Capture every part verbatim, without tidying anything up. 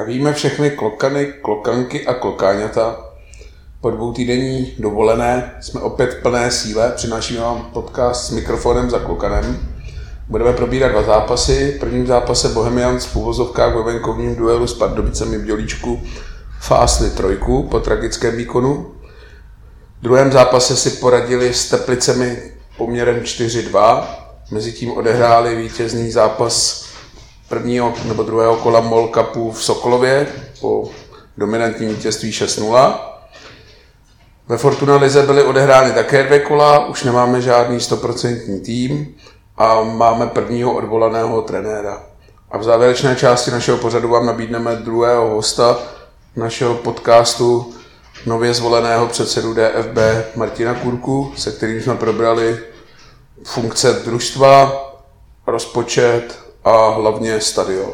Zdravíme všechny klokany, klokanky a klokáňata. Po dvoutýdenní dovolené jsme opět v plné síle, přinášíme vám podcast s mikrofonem za klokanem. Budeme probírat dva zápasy. V prvním zápase Bohemians v uvozovkách ve venkovním duelu s Pardubicemi v Dělíčku fásli trojku po tragickém výkonu. V druhém zápase si poradili s Teplicemi poměrem čtyři dva. Mezitím odehráli vítězný zápas prvního nebo druhého kola Mall Cupu v Sokolově po dominantním vítězství šest nula. Ve Fortuna lize byly odehrány také dvě kola, už nemáme žádný stoprocentní tým a máme prvního odvolaného trenéra. A v závěrečné části našeho pořadu vám nabídneme druhého hosta našeho podcastu, nově zvoleného předsedu D F B Martina Kurku, se kterým jsme probrali funkce družstva, rozpočet a hlavně stadion.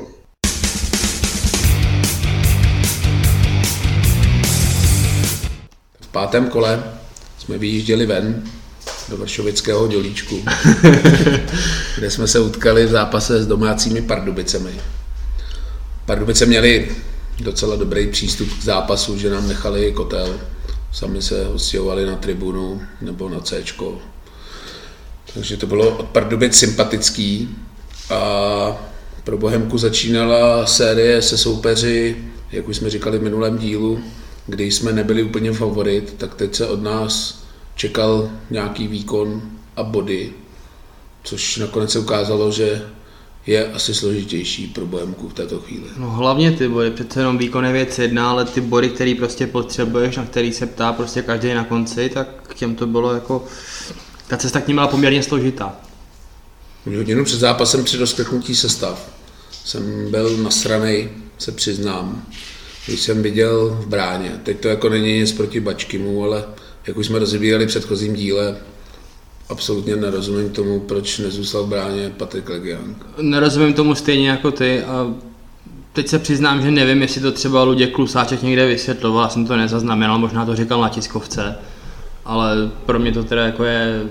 V pátém kole jsme vyjížděli ven do vršovického Dělíčku, kde jsme se utkali v zápase s domácími Pardubicemi. Pardubice měli docela dobrý přístup k zápasu, že nám nechali kotel. Sami se odstěhovali na tribunu nebo na Cčko. Takže to bylo od Pardubic sympatický. A pro Bohemku začínala série se soupeři, jak už jsme říkali v minulém dílu, kdy jsme nebyli úplně favorit, tak teď se od nás čekal nějaký výkon a body, což nakonec se ukázalo, že je asi složitější pro Bohemku v této chvíli. No hlavně ty body, přece jenom výkon je věc jedna, ale ty body, který prostě potřebuješ, na který se ptá prostě každý na konci, tak k těm to bylo jako, ta cesta k ním byla poměrně složitá. Hodinu před zápasem při rozkliknutí sestav jsem byl nasranej, se přiznám, když jsem viděl v bráně. Teď to jako není nic proti Bačkimu, ale jak už jsme rozebírali v předchozím díle, absolutně nerozumím tomu, proč nezůstal v bráně Patrik Legiang. Nerozumím tomu stejně jako ty a teď se přiznám, že nevím, jestli to třeba Luděk Klusáček někde vysvětloval, já jsem to nezaznamenal, možná to říkal na tiskovce, ale pro mě to teda jako je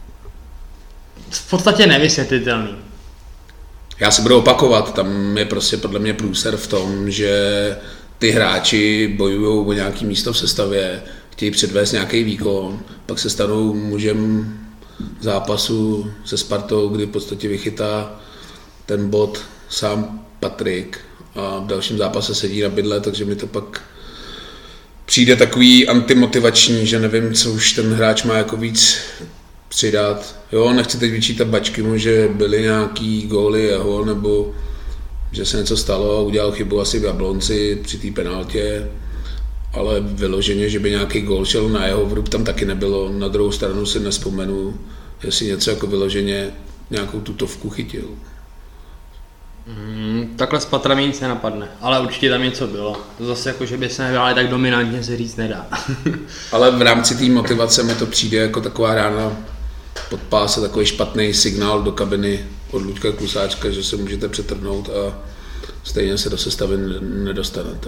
v podstatě nevysvětlitelný. Já se budu opakovat, tam je prostě podle mě průser v tom, že ty hráči bojují o nějaké místo v sestavě, chtějí předvést nějaký výkon, pak se stanou mužem zápasu se Spartou, kdy v podstatě vychytá ten bod sám Patrik a v dalším zápase sedí na bydle, takže mi to pak přijde takový antimotivační, že nevím, co už ten hráč má jako víc přidat. Jo, nechci teď vyčítat Bačkimu, že byly nějaký góly jeho, nebo že se něco stalo a udělal chybu asi v Jablonci při té penaltě, ale vyloženě, že by nějaký gól šel na jeho vrub, tam taky nebylo. Na druhou stranu si nespomenu, jestli něco jako vyloženě nějakou tutovku chytil. Mm, takhle z patra mi nic nenapadne, ale určitě tam něco bylo. To zase jako, že by se nehráli tak dominantně, se říct nedá. Ale v rámci té motivace mi to přijde jako taková rána pod pás a takový špatný signál do kabiny od Luďka Klusáčka, že se můžete přetrhnout a stejně se do sestavy nedostanete.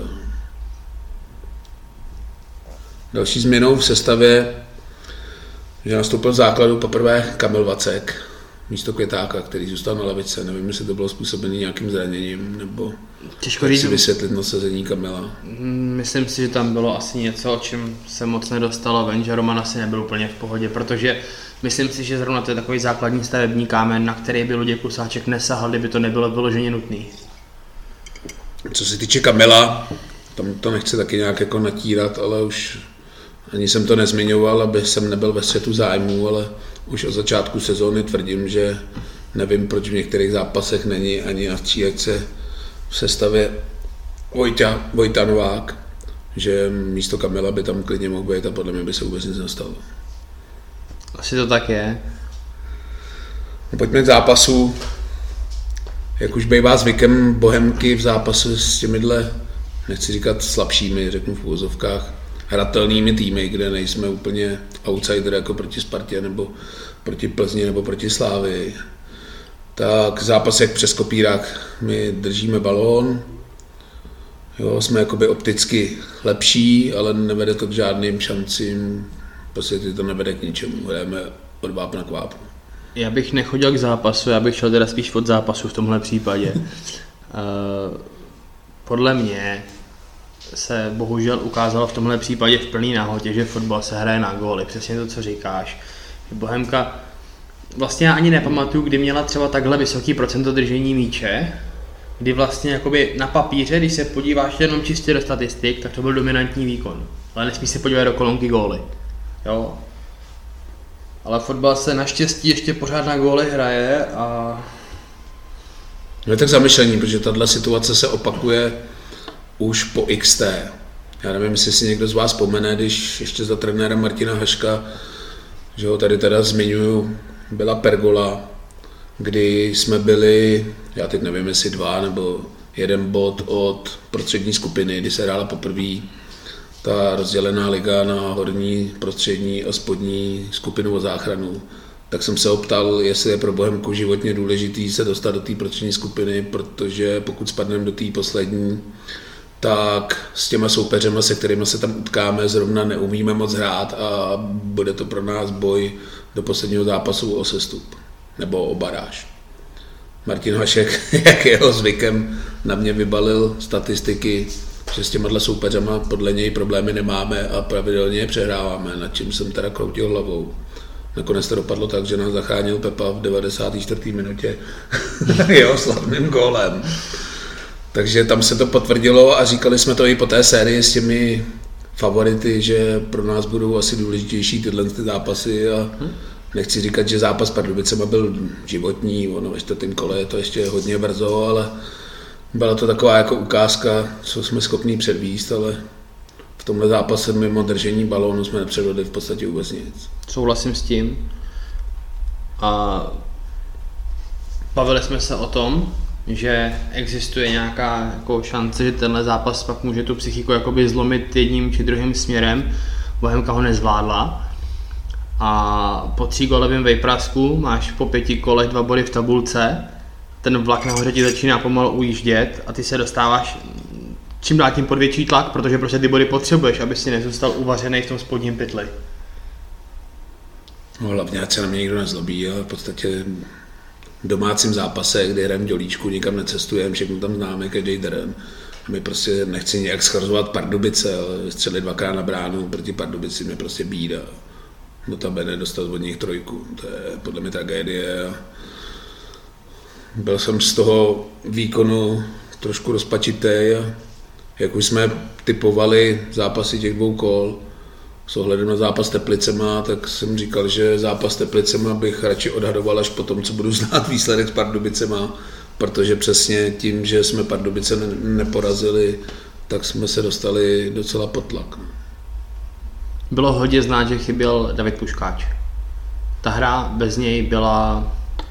Další změnou v sestavě, že nastoupil v základu poprvé Kamil Vacek místo Květáka, který zůstal na lavice. Nevím, jestli to bylo způsobené nějakým zraněním, nebo těžko říct, si vysvětlit nasazení Kamila. Myslím si, že tam bylo asi něco, o čem se moc nedostalo ven, že Roman asi nebyl úplně v pohodě, protože myslím si, že zrovna to je takový základní stavební kámen, na který by Luděk Klusáček nesahal, kdyby to nebylo vyloženě nutný. Co se týče Kamila, tam to nechci taky nějak jako natírat, ale už ani jsem to nezmiňoval, aby jsem nebyl ve střetu zájmů, ale už od začátku sezóny tvrdím, že nevím, proč v některých zápasech není ani na střílečce v sestavě Vojta, Vojta Novák, že místo Kamila by tam klidně mohl být a podle mě by se vůbec nic nestalo. Asi to tak je. No, pojďme k zápasu. Jak už bývá zvykem Bohemky v zápase s těmihle, nechci říkat slabšími, řeknu v úvozovkách, hratelnými týmy, kde nejsme úplně outsider jako proti Spartě nebo proti Plzni nebo proti Slávii. Tak zápas jak přes kopírák, my držíme balón, jo, jsme jakoby opticky lepší, ale nevede to k žádným šancím, prostě to nevede k ničemu, hrajeme od vápna k vápnu. Já bych nechodil k zápasu, já bych šel teda spíš od zápasu v tomhle případě. podle mě se bohužel ukázalo v tomhle případě v plný nahotě, že fotbal se hraje na góly, přesně to, co říkáš. Bohemka, vlastně já ani nepamatuju, kdy měla třeba takhle vysoký procento držení míče, kdy vlastně jakoby na papíře, když se podíváš jenom čistě do statistik, tak to byl dominantní výkon. Ale nesmí se podívat do kolonky góly. Jo? Ale fotbal se naštěstí ještě pořád na góly hraje a... No je tak zamyšlení, protože tato situace se opakuje už po iks té. Já nevím, jestli si někdo z vás vzpomene, když ještě za trenéra Martina Haška, že ho tady teda zmiňuju, byla pergola, kdy jsme byli, já teď nevím, jestli dva nebo jeden bod od prostřední skupiny, kdy se hrála poprvé ta rozdělená liga na horní, prostřední a spodní skupinu o záchranu. Tak jsem se optal, jestli je pro Bohemku životně důležitý se dostat do té prostřední skupiny, protože pokud spadneme do té poslední, tak s těma soupeřema, se kterými se tam utkáme, zrovna neumíme moc hrát a bude to pro nás boj do posledního zápasu o sestup nebo o baráž. Martin Hašek, jak jeho zvykem, na mě vybalil statistiky, že s těma soupeřema podle něj problémy nemáme a pravidelně je přehráváme, nad čím jsem teda kroutil hlavou. Nakonec to dopadlo tak, že nás zachránil Pepa v devadesáté čtvrté minutě jeho slavným gólem. Takže tam se to potvrdilo a říkali jsme to i po té sérii s těmi favority, že pro nás budou asi důležitější tyhle ty zápasy a nechci říkat, že zápas s Pardubicema byl životní, ono ve čtvrtém kole je to ještě hodně brzo, ale byla to taková jako ukázka, co jsme schopní předvíst, ale v tomhle zápase mimo držení balónu jsme nepředvedli v podstatě vůbec nic. Souhlasím s tím. A bavili jsme se o tom, že existuje nějaká jako šance, že tenhle zápas pak může tu psychiku jakoby zlomit jedním či druhým směrem. Bohemka ho nezvládla. A po třígolovém vejprasku máš po pěti kolech dva body v tabulce, ten vlak nahoře ti začíná pomalu ujíždět a ty se dostáváš čím dál tím pod větší tlak, protože prostě ty body potřebuješ, aby si nezůstal uvařený v tom spodním pytli. No hlavně, ať se na mě nikdo nezlobí, ale v podstatě v domácím zápase, kdy hrajeme dělíčku, nikam necestujeme, všechno tam známe, každý terén. My prostě nechci nějak schazovat Pardubice, ale střelit dvakrát na bránu proti Pardubici mě prostě bída. Notabene dostat od nich trojku, to je podle mě tragédie. Byl jsem z toho výkonu trošku rozpačitý a jak už jsme typovali zápasy těch dvou kol s ohledem na zápas s Teplicema, tak jsem říkal, že zápas s Teplicema bych radši odhadoval až po tom, co budu znát výsledek s Pardubicema, protože přesně tím, že jsme Pardubice neporazili, tak jsme se dostali docela pod tlak. Bylo hodně znát, že chyběl David Puškáč. Ta hra bez něj byla...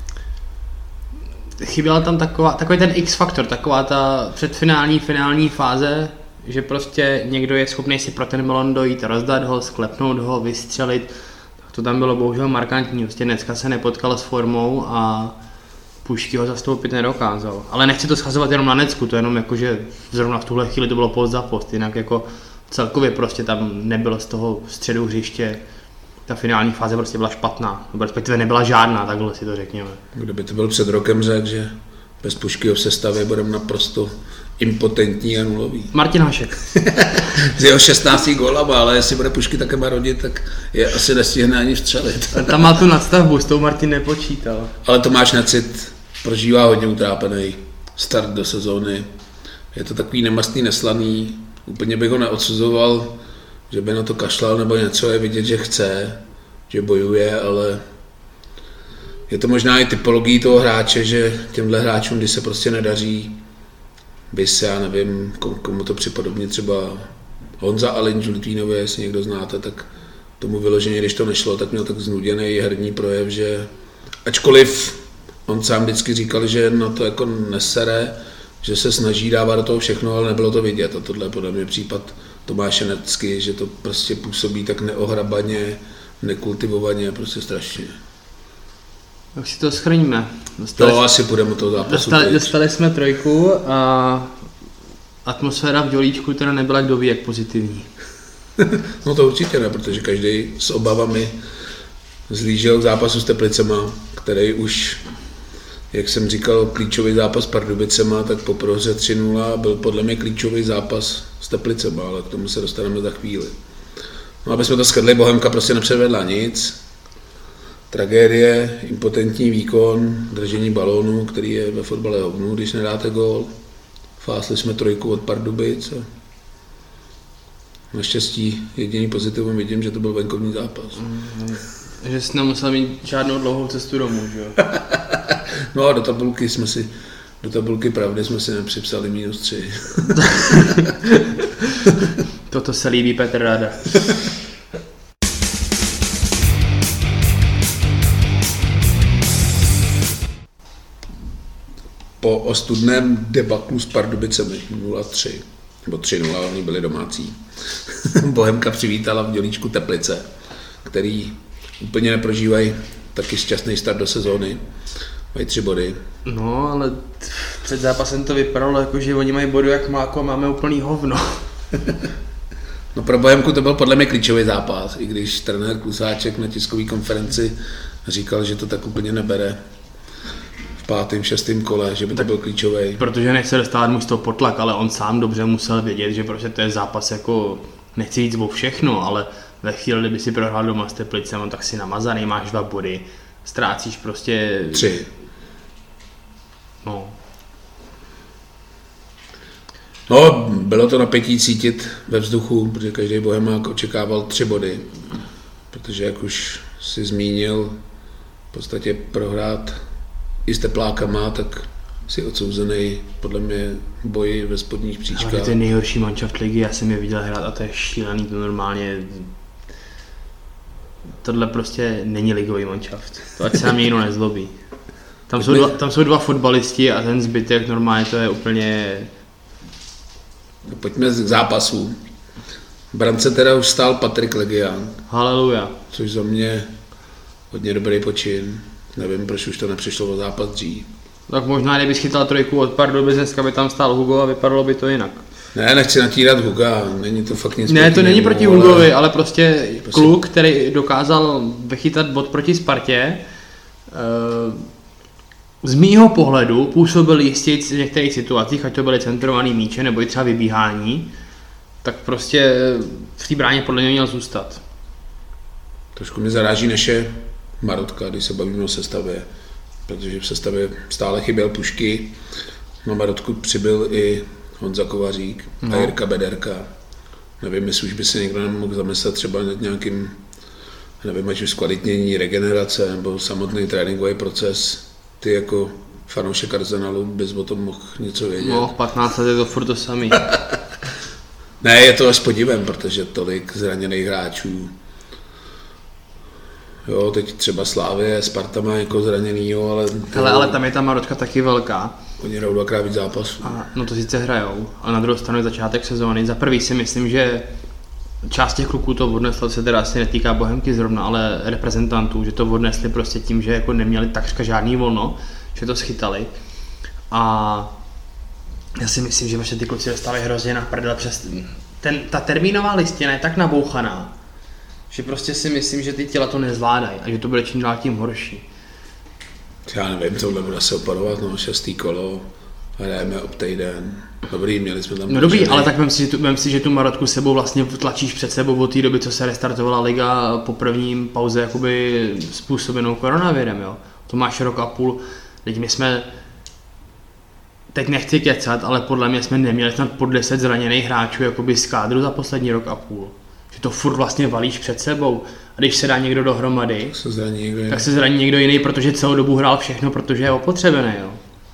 Chyběla tam taková, takový ten X-faktor, taková ta předfinální, finální fáze, že prostě někdo je schopný si pro ten melon dojít, rozdat ho, sklepnout ho, vystřelit. Tak to tam bylo bohužel markantní. Prostě dneska se nepotkal s formou a Pušky ho zastoupit nedokázal. Ale nechci to schazovat jenom na Necku, to jenom jako, že zrovna v tuhle chvíli to bylo post za post, jinak jako celkově prostě tam nebylo z toho středu hřiště. Ta finální fáze prostě byla špatná, nebo respektive nebyla žádná, takhle si to řekněme. Kdyby to byl před rokem řekl, že bez Puškyho v sestavě budeme naprosto impotentní a nulový. Martin Hašek. Z jeho šestnácti gólama, ale jestli bude Pušky také marodit, tak je asi nestihne ani vstřelit. Tam má tu nadstavbu, s tou Martin nepočítal. Ale Tomáš Necit prožívá hodně utrápený start do sezóny. Je to takový nemastný, neslaný, úplně bych ho neodsuzoval, že by na to kašlal nebo něco, je vidět, že chce, že bojuje, ale je to možná i typologií toho hráče, že těmhle hráčům, když se prostě nedaří, bys, já nevím, komu to připodobně, třeba Honza Alin v Litvínově, jestli někdo znáte, tak tomu vyloženě, když to nešlo, tak měl tak znuděný herní projev, že ačkoliv on sám vždycky říkal, že na to jako nesere, že se snaží dávat do toho všechno, ale nebylo to vidět a tohle je podle mě případ Tomáše Necky, že to prostě působí tak neohrabaně, nekultivovaně, prostě strašně. Tak si to schrníme. Dostali, to asi půjdeme toho zápasu. Dostali, dostali jsme trojku a atmosféra v Dělíčku teda nebyla kdo ví jak pozitivní. No to určitě ne, protože každý s obavami zlížel k zápasu s Teplicema, který už jak jsem říkal, klíčový zápas s Pardubicema, tak po prohře tři nula byl podle mě klíčový zápas s Teplicema, ale k tomu se dostaneme za chvíli. No, aby jsme to shrnuli, Bohemka prostě nepředvedla nic. Tragédie, impotentní výkon, držení balónu, který je ve fotbale hovnu, když nedáte gól. Fásli jsme trojku od Pardubic. A naštěstí jediný pozitivum vidím, že to byl venkovní zápas. Mm, že jsi nemusel mít žádnou dlouhou cestu domů, že jo? No a do tabulky jsme si, do tabulky pravdy jsme si nepřipsali minus tři. Toto se líbí Petr Rada. Po ostudném debaklu s Pardubicemi nula tři, nebo tři nula, oni byli domácí. Bohemka přivítala v dělíčku Teplice, který úplně neprožívají taky šťastný start do sezóny. Mají tři body. No, ale před zápasem to vypadalo jako, že oni mají body jak máko a máme úplný hovno. No pro Bohemku to byl podle mě klíčový zápas, i když trenér Klusáček na tiskové konferenci říkal, že to tak úplně nebere v pátém, šestém kole, že by to byl klíčový. Protože nechce dostávat mužstvo pod tlak, ale on sám dobře musel vědět, že prostě to je zápas jako, nechci říct o všechno, ale ve chvíli, kdyby si prohrál doma s Teplicem, tak si namazaný, máš dva body, ztrácíš prostě... Tři. No. No, bylo to napětí cítit ve vzduchu, protože každý Bohemák očekával tři body. Protože jak už si zmínil, v podstatě prohrát i s Teplákama, tak si odsouzený podle mě boji ve spodních příčkách. Ale to je nejhorší manšaft ligy, já jsem je viděl hrát a to je šílený, to normálně... Tohle prostě není ligový manšaft, to ať se na mě někdo nezlobí. Tam jsou, dva, tam jsou dva fotbalisti a ten zbytek normálně to je úplně... Pojďme k zápasu. V brance teda už stál Patrik Legian. Haleluja. Což za mě hodně dobrý počin. Nevím, proč už to nepřišlo o zápas dřív. Tak možná, kdyby schytal trojku od Pardubic, dneska by tam stál Hugo a vypadalo by to jinak. Ne, nechci natírat Huga, není to fakt nic. Ne, to není proti ale... Hugovi, ale prostě, prostě kluk, který dokázal vychytat bod proti Spartě, z mýho pohledu působil jistě v některých situacích, ať to byly centrovaný míče nebo i třeba vybíhání, tak prostě v té bráně podle mě měl zůstat. Trošku mě zaráží naše Marotka, když se bavíme o sestavě, protože v sestavě stále chyběl Pušky, na Marotku přibyl i Honza Kovařík no. a Jirka Bederka. Nevím, jestli už by se někdo nemohl zamyslet třeba nad nějakým, nevím, ať už zkvalitnění regenerace nebo samotný tréninkový proces. Ty jako fanoušek Arsenalu bys o tom mohl něco vědět. No, patnáct let je to furt to samý. Ne, je to až podivem, protože tolik zraněných hráčů. Jo, teď třeba Slávie, Sparta má jako zraněnýho, ale... Hele, ale tam je ta Marotka taky velká. Oni hrajou dvakrát víc zápasů. A, no to sice hrajou, ale na druhou stranu je začátek sezóny. Za prvý si myslím, že část těch kluků to odnesla, se teda asi netýká Bohemky zrovna, ale reprezentantů, že to odnesli prostě tím, že jako neměli takřka žádný volno, že to schytali. A já si myslím, že vaše ty kluci dostávají hrozně na prdele přes... Ten, ta termínová listina je tak nabouchaná, že prostě si myslím, že ty těla to nezvládají a že to bude čím dál tím horší. Já nevím, tohle bude se opadovat, no, šestý kolo, hrajeme ob týden. Dobrý, měli jsme tam... No dobrý, ženy. Ale tak vem si, že tu, vem si, že tu Marotku sebou vlastně tlačíš před sebou od té doby, co se restartovala liga po prvním pauze jakoby způsobenou koronavirem, jo. To máš rok a půl, teď my jsme... Teď nechci kecat, ale podle mě jsme neměli snad pod deset zraněných hráčů jakoby z kádru za poslední rok a půl. Že to furt vlastně valíš před sebou. A když se dá někdo dohromady, se zraní někdo jiný. tak se zraní někdo jiný, protože celou dobu hrál všechno, protože je opotřebený, jo.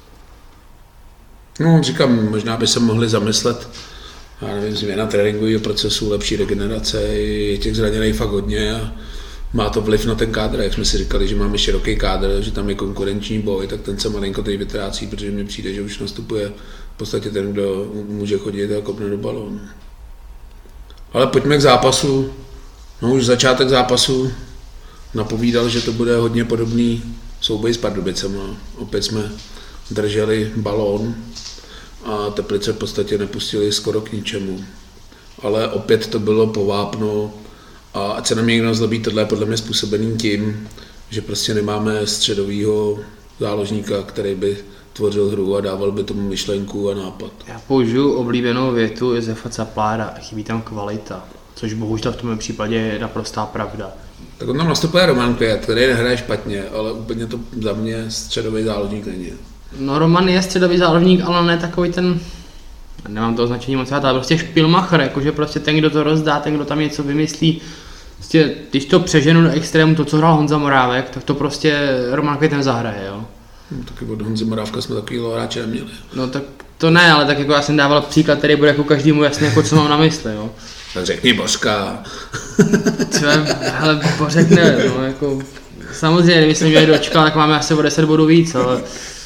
No, říkám, možná by se mohli zamyslet, já nevím, změna tréninkového procesu, lepší regenerace, je těch zraněných fakt hodně a má to vliv na ten kádr, jak jsme si říkali, že máme široký kádr, že tam je konkurenční boj, tak ten se malinko teď vytrácí, protože mně přijde, že už nastupuje v podstatě ten, kdo může chodit a kopne do balónu. Ale pojďme k zápasu. No už začátek zápasu napovídal, že to bude hodně podobný souboj s Pardubicema. Opět jsme drželi balón a Teplice v podstatě nepustili skoro k ničemu. Ale opět to bylo povápno a ať se nám někdo nezlobí, tohle je podle mě způsobený tím, že prostě nemáme středovýho záložníka, který by tvořil hru a dával by tomu myšlenku a nápad. Já použiju oblíbenou větu Josefa Caplára, chybí tam kvalita, což bohužel v tomhle případě je naprostá pravda. Tak on tam nastupuje Roman Květ, který nehraje špatně, ale úplně to za mě středový záložník není. No Roman je středový záložník, ale ne takový ten, nemám to označení moc rád, ale prostě špilmacher, jakože prostě ten, kdo to rozdá, ten, kdo tam něco vymyslí. Prostě, když to přeženu do extrému, to, co hrál Honza Morávek, tak to prostě Roman Květ nezahraje, jo. No, taky od Honzy Morávka jsme takovýhle hráče neměli. No tak to ne, ale tak jako já jsem dával příklad, který bude jako každému jasný, jako co mám na mysli, jo. Tak řekni Bořka. Třeba, hele, Bořek ne, no, jako, samozřejmě, kdyby jsme měli dočkal, tak máme asi o deset bodů víc, ale...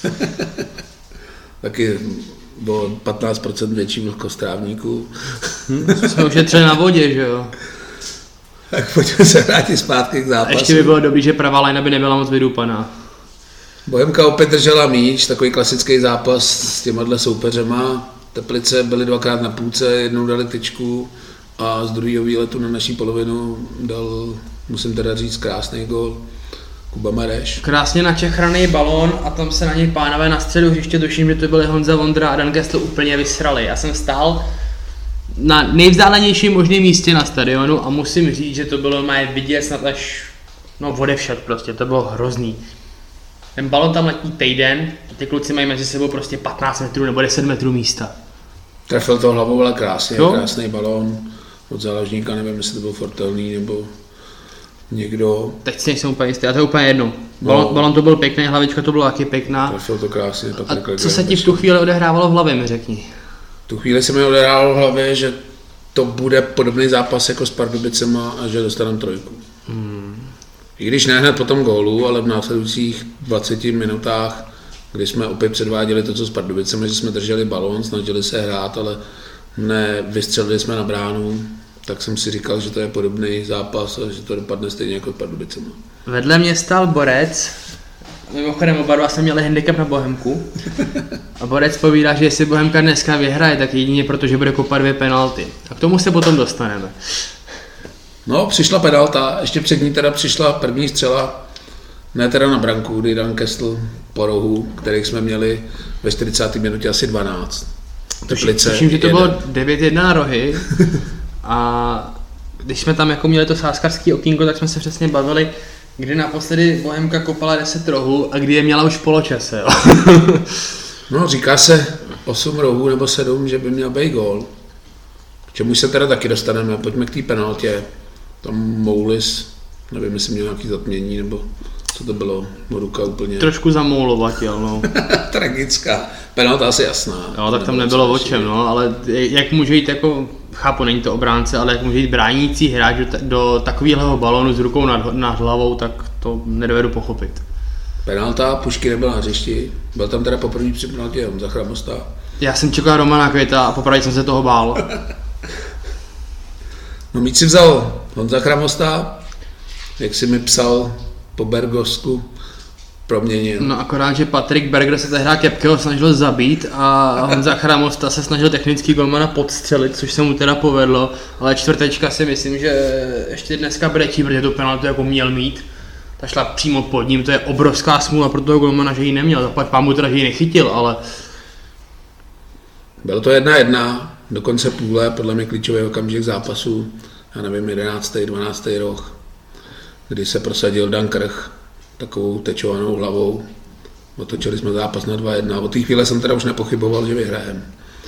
Taky bylo patnáct procent větší vlhkost trávníků. Hm, jsme už je třeba na vodě, že jo. Tak pojďme se vrátit zpátky k zápasu. A ještě by bylo dobrý, že pravá lajna by nebyla moc vydupaná. Bohemka opět držela míč, takový klasický zápas s těma soupeřema. Teplice byly dvakrát na půlce, jednou dali tyčku a z druhého výletu na naší polovinu dal, musím teda říct, krásný gól Kuba Mareš. Krásně načechraný balón a tam se na něj pánové na středu hřiště, tuším, že to byly Honza Vondra a Dan Gessl úplně vysrali. Já jsem stál na nejvzdálenějším možném místě na stadionu a musím říct, že to bylo mají vidět snad až no odevšad prostě, to bylo hrozný. Ten balon tam letí týden a ty kluci mají mezi sebou prostě patnáct metrů nebo deset metrů místa. Trefil to hlavou, ale krásně, jo? Krásný balón od záložníka, nevím, jestli to byl Fortelný nebo někdo. Teď si nejsem úplně jistý, a to je úplně jedno. Balon, no. balon to byl pěkný, hlavička to byla taky pěkná. Trefil to krásně. A co se ti v tu chvíli odehrávalo v hlavě, mi řekni. V tu chvíli se mi odehrávalo v hlavě, že to bude podobný zápas jako s Pardubicema a že dostaneme trojku. Hmm. I když ne hned po tom gólu, ale v následujících dvaceti minutách, kdy jsme opět předváděli to, co s Pardubicem, že jsme drželi balón, snažili se hrát, ale nevystřelili jsme na bránu, tak jsem si říkal, že to je podobný zápas a že to dopadne stejně jako s Pardubicem. Vedle mě stál Borec, mimochodem oba dva jsme měli handicap na Bohemku a Borec povídá, že jestli Bohemka dneska vyhraje, tak jedině proto, že bude kopat dvě penalty. A k tomu se potom dostaneme. No, přišla penalta, ještě před ní teda přišla první střela, ne teda na branku, kdy Dan Gessl po rohu, kterých jsme měli ve čtyřicáté minutě asi dvanáct. Teplice, tuším, že to jeden. Bylo devět jedna na rohy a když jsme tam jako měli to sázkarský okýnko, tak jsme se přesně bavili, kdy naposledy Bohemka kopala deset rohů a kdy je měla už v poločase. Jo. No, říká se osm rohů nebo sedm, že by měl být gól. K čemu se teda taky dostaneme, pojďme k té penaltě. Tam Moulis, nevím, jestli měl nějaký zatmění, nebo co to bylo, no ruka úplně... Trošku zamoulovatěl, no. Tragická. Penalta asi jasná. Jo, tak tam nebylo o čem, no, ale jak může jít jako, chápu, není to obránce, ale jak může jít bránící hráč do, do takového balónu s rukou nad, nad hlavou, tak to nedovedu pochopit. Penalta, Pušky nebyl na hřišti, byl tam teda poprvé při penaltě Honza Chramosta. Já jsem čekal Romana Květa a popravdě jsem se toho bál. No míč si vzal Honza Chramosta, jak si mi psal po Bergovsku, proměnil. No akorát, že Patrik Berger se tehdy Kepkeho snažil zabít a Honza Chramosta se snažil technický golmana podstřelit, což se mu teda povedlo, ale čtvrtečka si myslím, že ještě dneska brečí, protože tu penaltu jako měl mít. Ta šla přímo pod ním, to je obrovská smůla pro toho golmana, že ji neměl, zaplať pámu teda, že ji nechytil, ale... Bylo to jedna jedna, do konce půle, podle mě klíčový okamžik zápasu, já nevím, jedenáctý, dvanáctý roh, kdy se prosadil Dan Krch takovou tečovanou hlavou. Otočili jsme zápas na dva jedna. Od té chvíle jsem teda už nepochyboval, že vyhrajeme.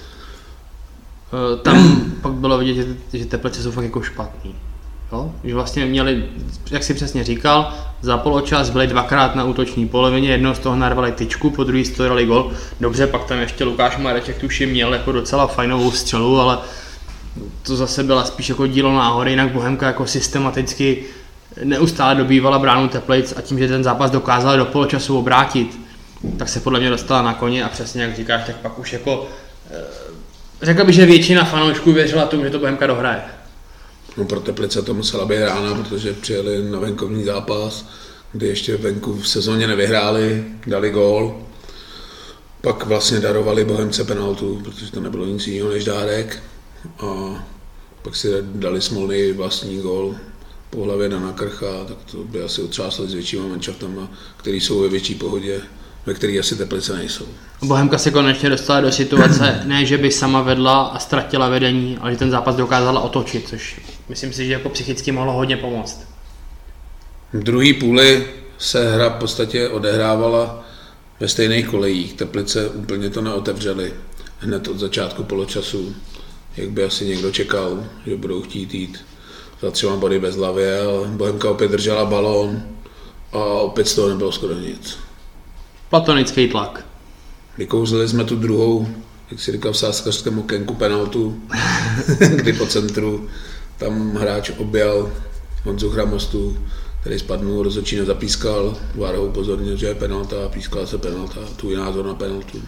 Tam pak bylo vidět, že, že Teplice jsou fakt jako špatný. Jo? Že vlastně měli, jak si přesně říkal, za poločas byli dvakrát na útoční polovině, jednou z toho narvali tyčku, po druhý z toho dali gol. Dobře, pak tam ještě Lukáš Mareček tuším měl jako docela fajnovou střelu, ale to zase byla spíš jako dílo náhody, jinak Bohemka jako systematicky neustále dobývala bránu Teplic a tím, že ten zápas dokázala do poločasu obrátit, tak se podle mě dostala na koně a přesně jak říkáš, tak pak už jako řekl bych, že většina fanoušků věřila tomu, že to Bohemka dohraje. No pro Teplice to musela být rána, protože přijeli na venkovní zápas, kdy ještě venku v sezóně nevyhráli, dali gól. Pak vlastně darovali Bohemce penaltu, protože to nebylo nic jiného než dárek. A pak si dali smolný vlastní gól po hlavě Dana Krcha, tak to by asi otřásli s většíma manšaftama, který jsou ve větší pohodě ve který asi Teplice nejsou. Bohemka se konečně dostala do situace, ne že by sama vedla a ztratila vedení, ale že ten zápas dokázala otočit, což myslím si, že jako psychicky mohlo hodně pomoct. V druhé půli se hra v podstatě odehrávala ve stejných kolejích. Teplice úplně to neotevřely hned od začátku poločasu, jak by asi někdo čekal, že budou chtít jít za třema body bez hlavě, ale Bohemka opět držela balón a opět z toho nebylo skoro nic. Platonický tlak. Vykouzlili jsme tu druhou, jak si říkal v sázkařském okénku, penaltu, kdy po centru tam hráč objel Honzu Chramostu, který spadnul, rozhodčí nezapískal, VAR ho upozornil, že je penalta, pískala se penalta, tvůj názor na penaltu.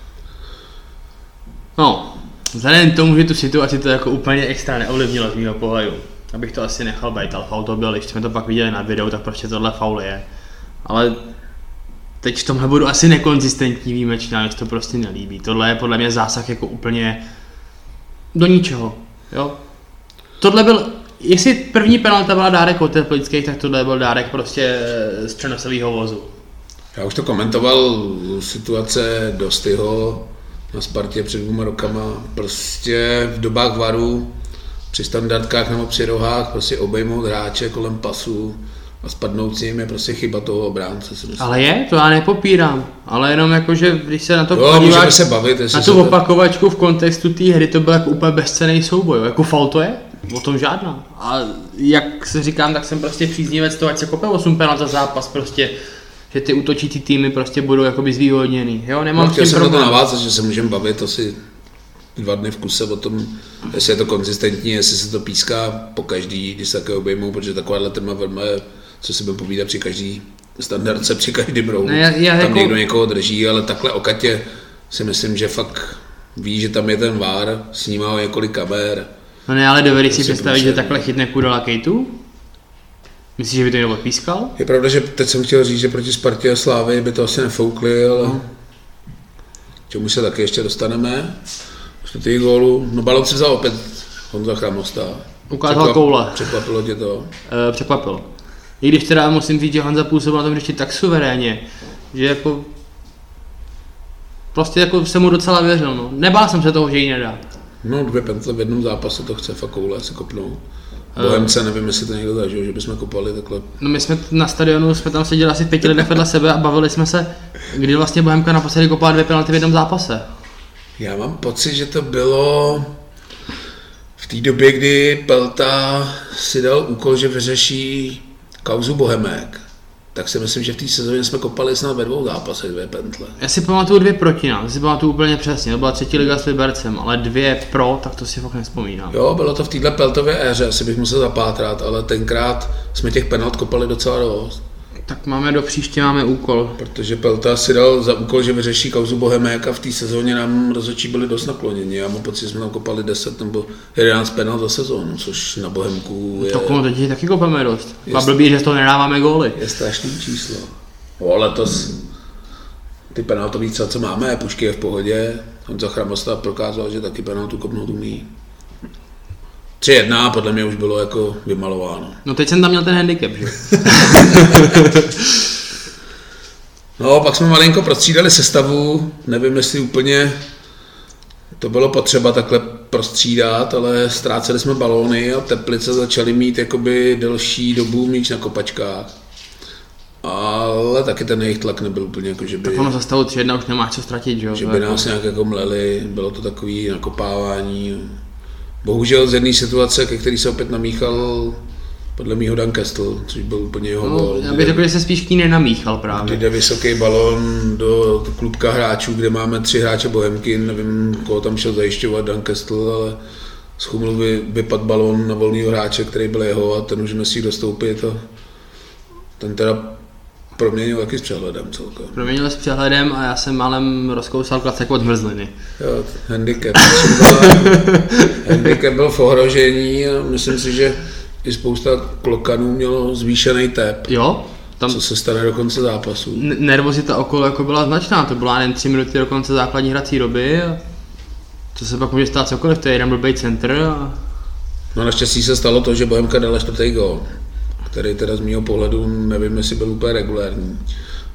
No, vzhledem k tomu, že tu situaci to jako úplně extra neovlivnilo z mýho pohledu, abych to asi nechal být, ale faul to byl, když jsme to pak viděli na videu, tak prostě tohle faul je. Ale teď v tomhle budu asi nekonzistentní výjimečná, když to prostě nelíbí. Tohle je podle mě zásah jako úplně do ničeho, jo. Tohle byl, jestli první penalta byla dárek od Teplických, tak tohle byl dárek prostě z přenosového vozu. Já už to komentoval, situace Dostyho na Spartě před dvěma rokama, prostě v dobách varu, při standardkách nebo při rohách, prostě obejmout hráče kolem pasu a spadnout s ním je prostě chyba toho obránce. Ale je, to já nepopírám, ale jenom jako, že když se na to jo, podíváš, se bavit, na tu opakovačku v kontextu té hry, to byl jako úplně bezcenný souboj, jo. Jako faul to je, o tom žádná. A jak se říkám, tak jsem prostě příznivec toho, ať se kope osm penalt za zápas, prostě, že ty útočící týmy prostě budou jakoby zvýhodněný, jo, nemám no, s tím jsem problém. na to navázat, že se můžeme bavit asi dva dny v kuse o tom, jestli je to konzistentní, jestli se to píská po každý, když se také obejmou, protože takováhle trma velmi, co si budeme povídat při každý standardce, při každém rohu. No, já, já tam jako... někdo někoho drží, ale takhle okatě si myslím, že fakt ví, že tam je ten VAR, snímá ho několik kamer. No ne, ale dovedeš si představit, že takhle chytne Kudela Kejtu? Myslíš, že by to někdo odpískal? Je pravda, že teď jsem chtěl říct, že proti Spartě a Slávy by to asi nefoukli, ale no. Čemu se taky ještě dostaneme. Čtvrtý gólu, no balon si vzal opět Honza Chramosta. Ukázal Překvap, koule. Překvapilo tě to? E, překvapilo. I když teda musím říct, že Honza působil na tom ještě tak suverénně, že jako prostě jako jsem mu docela věřil, no. Nebál jsem se toho, že jí nedá. No, dvě pentle v jednom zápase to chce fakt koule se kopnout. Bohemce, nevím, jestli to někdo zažil, že bychom kopali takhle. No my jsme na stadionu, jsme tam seděli asi pěti lidech vedle sebe a bavili jsme se, kdy vlastně Bohemka naposledy kopala dvě penalty v jednom zápase. Já mám pocit, že to bylo v té době, kdy Pelta si dal úkol, že vyřeší kauzu Bohemek. Tak si myslím, že v té sezóně jsme kopali snad ve dvou zápasech dvě pentle. Já si pamatuju dvě proti nám, si pamatuju úplně přesně, to byla třetí liga s Libercem, ale dvě pro, tak to si fakt nevzpomínám. Jo, bylo to v téhle Peltově éře, asi bych musel zapátrat, ale tenkrát jsme těch penalt kopali docela dost. Tak máme do příště, máme úkol. Protože Pelta si dal za úkol, že vyřeší kauzu Bohemek a v té sezóně nám rozhodčí byli dost nakloněni. Já mám pocit, že jsme tam kopali deset nebo jedenáct penalt za sezónu, což na Bohemku je... To komu teď taky kopeme dost. A blbý, že z toho nedáváme góly. Je strašný číslo. O, letos ty penaltový třeba, co máme, Pušky je v pohodě. Honza Chramosta prokázal, že taky penaltu kopnout umí. tři jedna podle mě už bylo jako vymalováno. No teď jsem tam měl ten handicap, že? No, pak jsme malinko prostřídali sestavu, nevím, jestli úplně to bylo potřeba takhle prostřídat, ale ztráceli jsme balóny a Teplice začaly mít jakoby delší dobu míč na kopačkách. Ale taky ten jejich tlak nebyl úplně jako, že by... Tak ono za stavu tři jedna už nemáš co ztratit, že jo? Že by nás nějak jako mleli, bylo to takový nakopávání. Bohužel z jedné situace, ke který se opět namíchal podle mýho Dan Kestl, což byl úplně jeho no, gol. Já bych řekl, že se spíš k ní nenamíchal právě. Jde vysoký balón do klubka hráčů, kde máme tři hráče Bohemky, nevím, koho tam šel zajišťovat Dan Kestl, ale z chumlu vypadl balón na volného hráče, který byl jeho a ten už nesmí dostoupit a ten teda proměnil taky s přehledem celkem. Proměnil s přehledem a já jsem málem rozkousal klacek od zmrzliny. Jo, handicap. Handicap byl v ohrožení a myslím si, že i spousta klokanů mělo zvýšený tep. Jo? Tam... Co se stane do konce zápasu. N- nervozita okolo jako byla značná, to byla jen tři minuty do konce základní hrací doby a co se pak může stát cokoliv, to je jeden blbej centr a... No naštěstí se stalo to, že Bohemka dala čtvrtý gól, který teda z mýho pohledu nevím, jestli byl úplně regulární,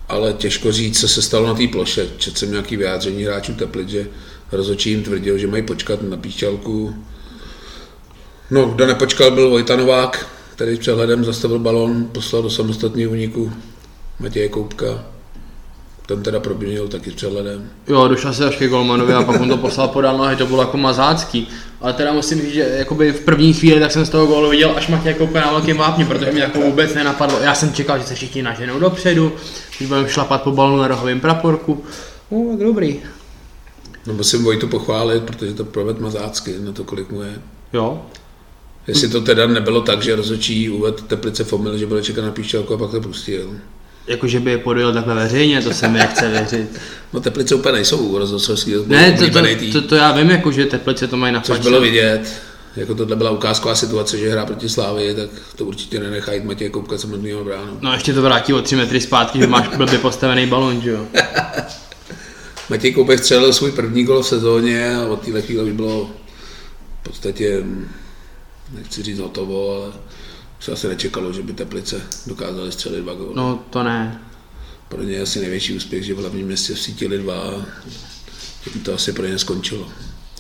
ale těžko říct, co se stalo na té ploše. Četl jsem nějaký vyjádření hráčů Teplic, že rozhodčí jim tvrdil, že mají počkat na píšťalku. No, kdo nepočkal, byl Vojta Novák, který přehledem zastavil balón, poslal do samostatného úniku Matěje Koubka. Ten teda proběhnul taky s přehledem. Jo, došel se až ke golmanovi a pak on to poslal podal nohy, to bylo jako mazácký. Ale teda musím říct, že jakoby v první chvíli tak jsem z toho gólu viděl až Matěj Koubka na velkém vápně, protože mě jako vůbec nenapadlo. Já jsem čekal, že se všichni naženou dopředu, že budeme šlapat po balonu na rohovém praporku. No, tak dobrý. No, musím Vojtu pochválit, protože to provedl mazácky na to, kolik mu je. Jo. Jestli to teda nebylo tak, že rozhodčí uvedl Teplice v omyl, že bude čekat na píšťalku a pak to pustil. Jakože by je podjel takhle veřejně, to se mi nechce věřit. No Teplice úplně nejsou rozhodcovský. Ne, to, to, to, to já vím, jako, že Teplice to mají na Což bylo vidět, jako tohle byla ukázková situace, že hra proti Slávii, tak to určitě nenechá jít Matěj Koubka samotného bránu. No ještě to vrátí o tři metry zpátky, že máš blbě postavený balon, že jo? Matěj Koubek střelil svůj první gol v sezóně a od téhle chvíle už bylo v podstatě, nechci říct hotovo, ale se asi nečekalo, že by Teplice dokázali střelit dva góly. No to ne. Pro ně je asi největší úspěch, že v hlavním městě vsítili dva a tím to asi pro ně skončilo.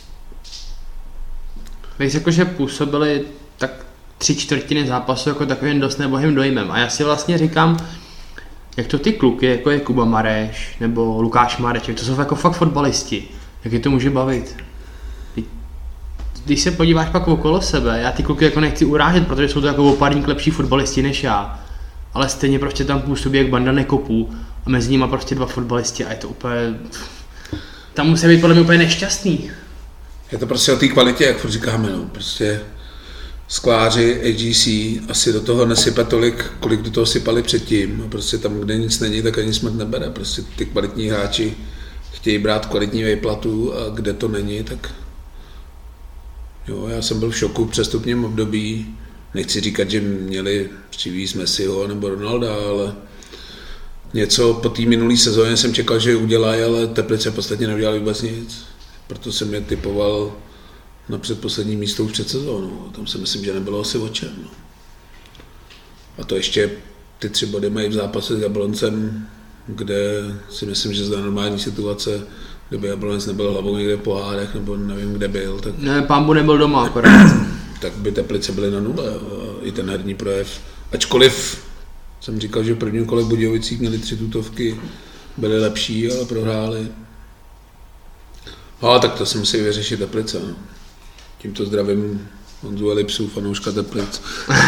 Bych řekl, že působili tak tři čtvrtiny zápasu jako takovým dost nebohým dojmem a já si vlastně říkám, jak to ty kluky, jako je Kuba Mareš nebo Lukáš Mareček, to jsou jako fakt fotbalisti, jak je to může bavit. Když se podíváš pak okolo sebe, já ty kluky jako nechci urážet, protože jsou to jako oparník lepší fotbalisti než já, ale stejně prostě tam působí jak banda nekopů a mezi nimi prostě dva fotbalisti a je to úplně, tam musí být podle mě úplně nešťastný. Je to prostě o té kvalitě, jak furt říkáme, no. Prostě skláři A G C asi do toho nesype tolik, kolik do toho sypali předtím. A prostě tam, kde nic není, tak ani smrt nebere. Prostě ty kvalitní hráči chtějí brát kvalitní výplatu a kde to není, tak jo, já jsem byl v šoku v přestupním období. Nechci říkat, že měli přivízt Messiho nebo Ronalda, ale něco po té minulé sezóně jsem čekal, že udělají, ale Teplice v podstatě neudělali vůbec nic. Proto jsem je typoval na předposlední místo už před sezónou. Tam si myslím, že nebylo asi o čem. No. A to ještě ty tři body mají v zápase s Jabloncem, kde si myslím, že za normální situace, kdyby Jablonec nebyl hlavou někde v pohárech, nebo nevím, kde byl, tak... Ne, Pambu nebyl doma akorát. Tak by Teplice byly na nule. I ten herní projev. Ačkoliv jsem říkal, že v prvním kole v Budějovicích měli tři tutovky, byly lepší, ale prohráli. Ale tak to si musí vyřešit Teplice. No. Tímto zdravím Honzu Elipsu, fanouška Teplic.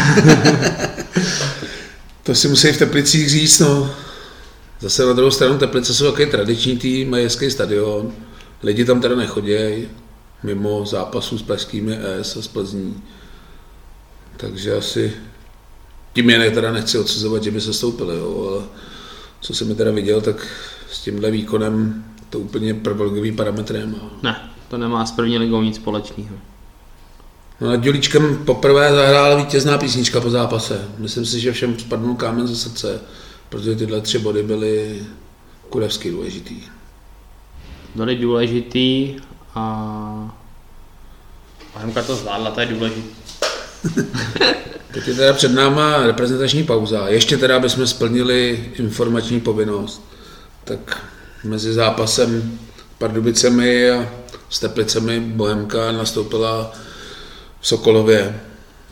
To si musí v Teplicích říct, no. Zase na druhou stranu Teplice jsou takový tradiční tým, mají hezký stadion. Lidi tam teda nechodějí, mimo zápasů s pražskými E S a s Plzní. Takže asi tím je teda nechci odsuzovat, že by se stoupili, jo. Ale co jsem mi teda viděl, tak s tímhle výkonem to úplně prvoligový parametry nemá. Ne, to nemá s první ligou nic společného. No nad Dělíčkem poprvé zahrála vítězná písnička po zápase. Myslím si, že všem spadnul kámen ze srdce, protože tyhle tři body byly kurevsky důležitý. Byly důležitý a Bohemka to zvládla, to je důležitý. Teď je teda před náma reprezentační pauza. Ještě teda, aby jsme splnili informační povinnost, tak mezi zápasem Pardubicemi a s Teplicemi Bohemka nastoupila v Sokolově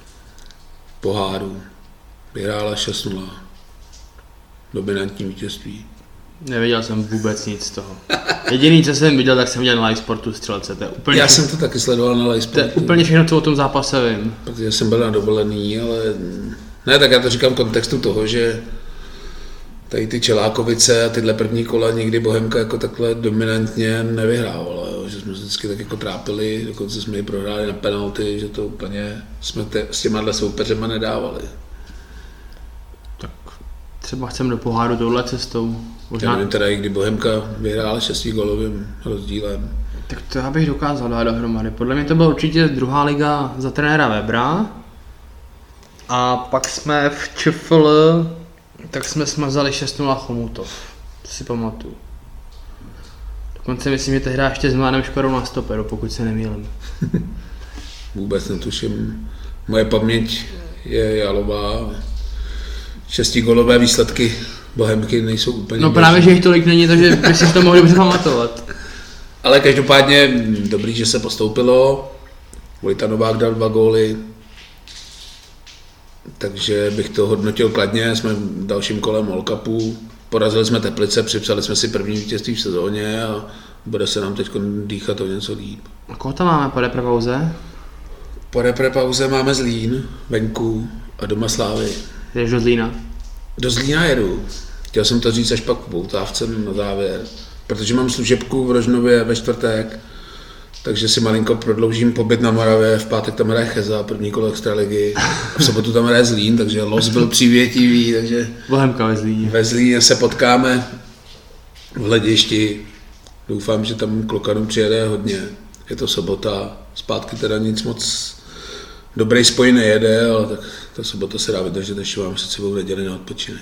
poháru. Vyhrála šest nula. Dominantní vítězství. Neviděl jsem vůbec nic z toho. Jediný, co jsem viděl, tak jsem viděl na Live Sportu Střelce. To je úplně Já všechno, jsem to taky sledoval na Live Sportu. To je úplně všechno, co o tom zápase vím. Protože jsem byl na dovolený, ale ne, tak já to říkám v kontextu toho, že tady ty Čelákovice a tyhle první kola nikdy Bohemka jako takhle dominantně nevyhrávala, jo? Že jsme se vždycky tak jako trápili, dokonce jsme ji prohráli na penalty, že to úplně jsme te, s těma soupeřema nedávali. Tak třeba chceme do poháru touhle cestou. Možná... Já nevím teda, i kdy Bohemka vyhrála šestigólovým rozdílem. Tak to já bych dokázal dát dohromady. Podle mě to byla určitě druhá liga za trenéra Webra. A pak jsme v ČFL, tak jsme smazali šest nula Chomutov. To si pamatuju. Dokonce myslím, že tehdy ještě s Mlánem Škodou na stoperu, pokud se nemýlím. Vůbec netuším. Moje paměť je jalová. Šestigólové výsledky Bohemky nejsou úplně... No právě, že jich tolik není, takže by si to mohli dobře pamatovat. Ale každopádně dobrý, že se postoupilo. Vojta Novák dal dva góly. Takže bych to hodnotil kladně, jsme v dalším kolem World Cupu. Porazili jsme Teplice, připsali jsme si první vítězství v sezóně a bude se nám teď dýchat o něco líp. A koho tam máme po repre pauze? Po repre pauze máme Zlín, venku a doma Slávy. Jdeš do Zlína? Do Zlína jedu. Chtěl jsem to říct až pak v poutávce na závěr, protože mám služebku v Rožnově ve čtvrtek, takže si malinko prodloužím pobyt na Moravě, v pátek tam hraje Cheza, první kolo extraligy, a v sobotu tam hraje Zlín, takže los byl přívětivý, takže Bohemka ve Zlíně. Ve Zlíně se potkáme v hledišti, doufám, že tam klokanům přijede hodně, je to sobota, zpátky teda nic moc dobrý spoj nejede, ale tak ta sobota se dá vydržet, ještě mám před sebou neděli na odpočinek.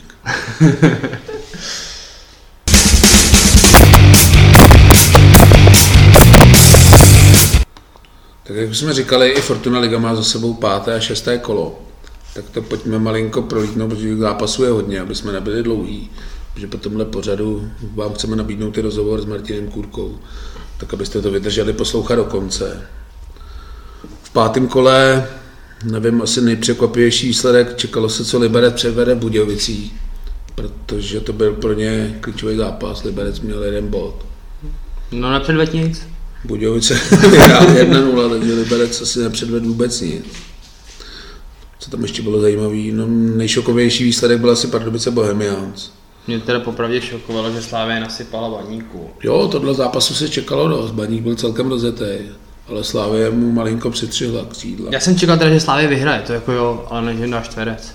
Tak jak jsme říkali, i Fortuna Liga má za sebou páté a šesté kolo. Tak to pojďme malinko prolítnout, protože zápasů je hodně, aby jsme nebyli dlouhý. Protože po tomhle pořadu vám chceme nabídnout i rozhovor s Martinem Kůrkou, tak abyste to vydrželi poslouchat do konce. V pátém kole, nevím, asi nejpřekvapivější výsledek, čekalo se, co Liberec předvede v Budějovicích, protože to byl pro ně klíčový zápas, Liberec měl jeden bod. No nepředved nic. Budějovice vyhráli jedna nula, takže Liberec asi nepředvedl vůbec nic. Co tam ještě bylo zajímavé? No, nejšokovější výsledek byl asi Pardubice Bohemians. Mě teda popravdě šokovalo, že Slavia nasypala Baníku. Jo, tohle zápasu se čekalo dost, Baník byl celkem rozjetý, ale Slavia mu malinko přitřihla k křídla. Já jsem čekal teda, že Slavia vyhraje, to jako jo, ale ne, že dáš čtverec.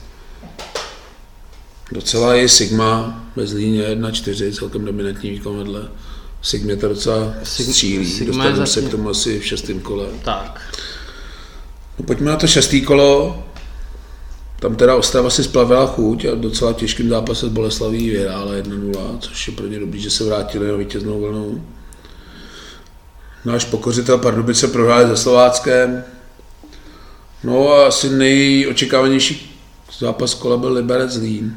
Docela je Sigma ve Zlíně jedna čtyři, celkem dominantní výkon vedle. Sigmě to docela střílí, dostaneme se k tomu asi v šestém kole. Tak. No, pojďme na to šestý kolo. Tam teda Ostrava si splavila chuť a docela těžkým zápase s Boleslaví vyhrála jedna nula, což je pro ně dobrý, že se vrátili na vítěznou vlnu. Náš pokořitel Pardubice prohráli se Slováckem. No a asi nejočekávanější zápas kola byl Liberec Zlín,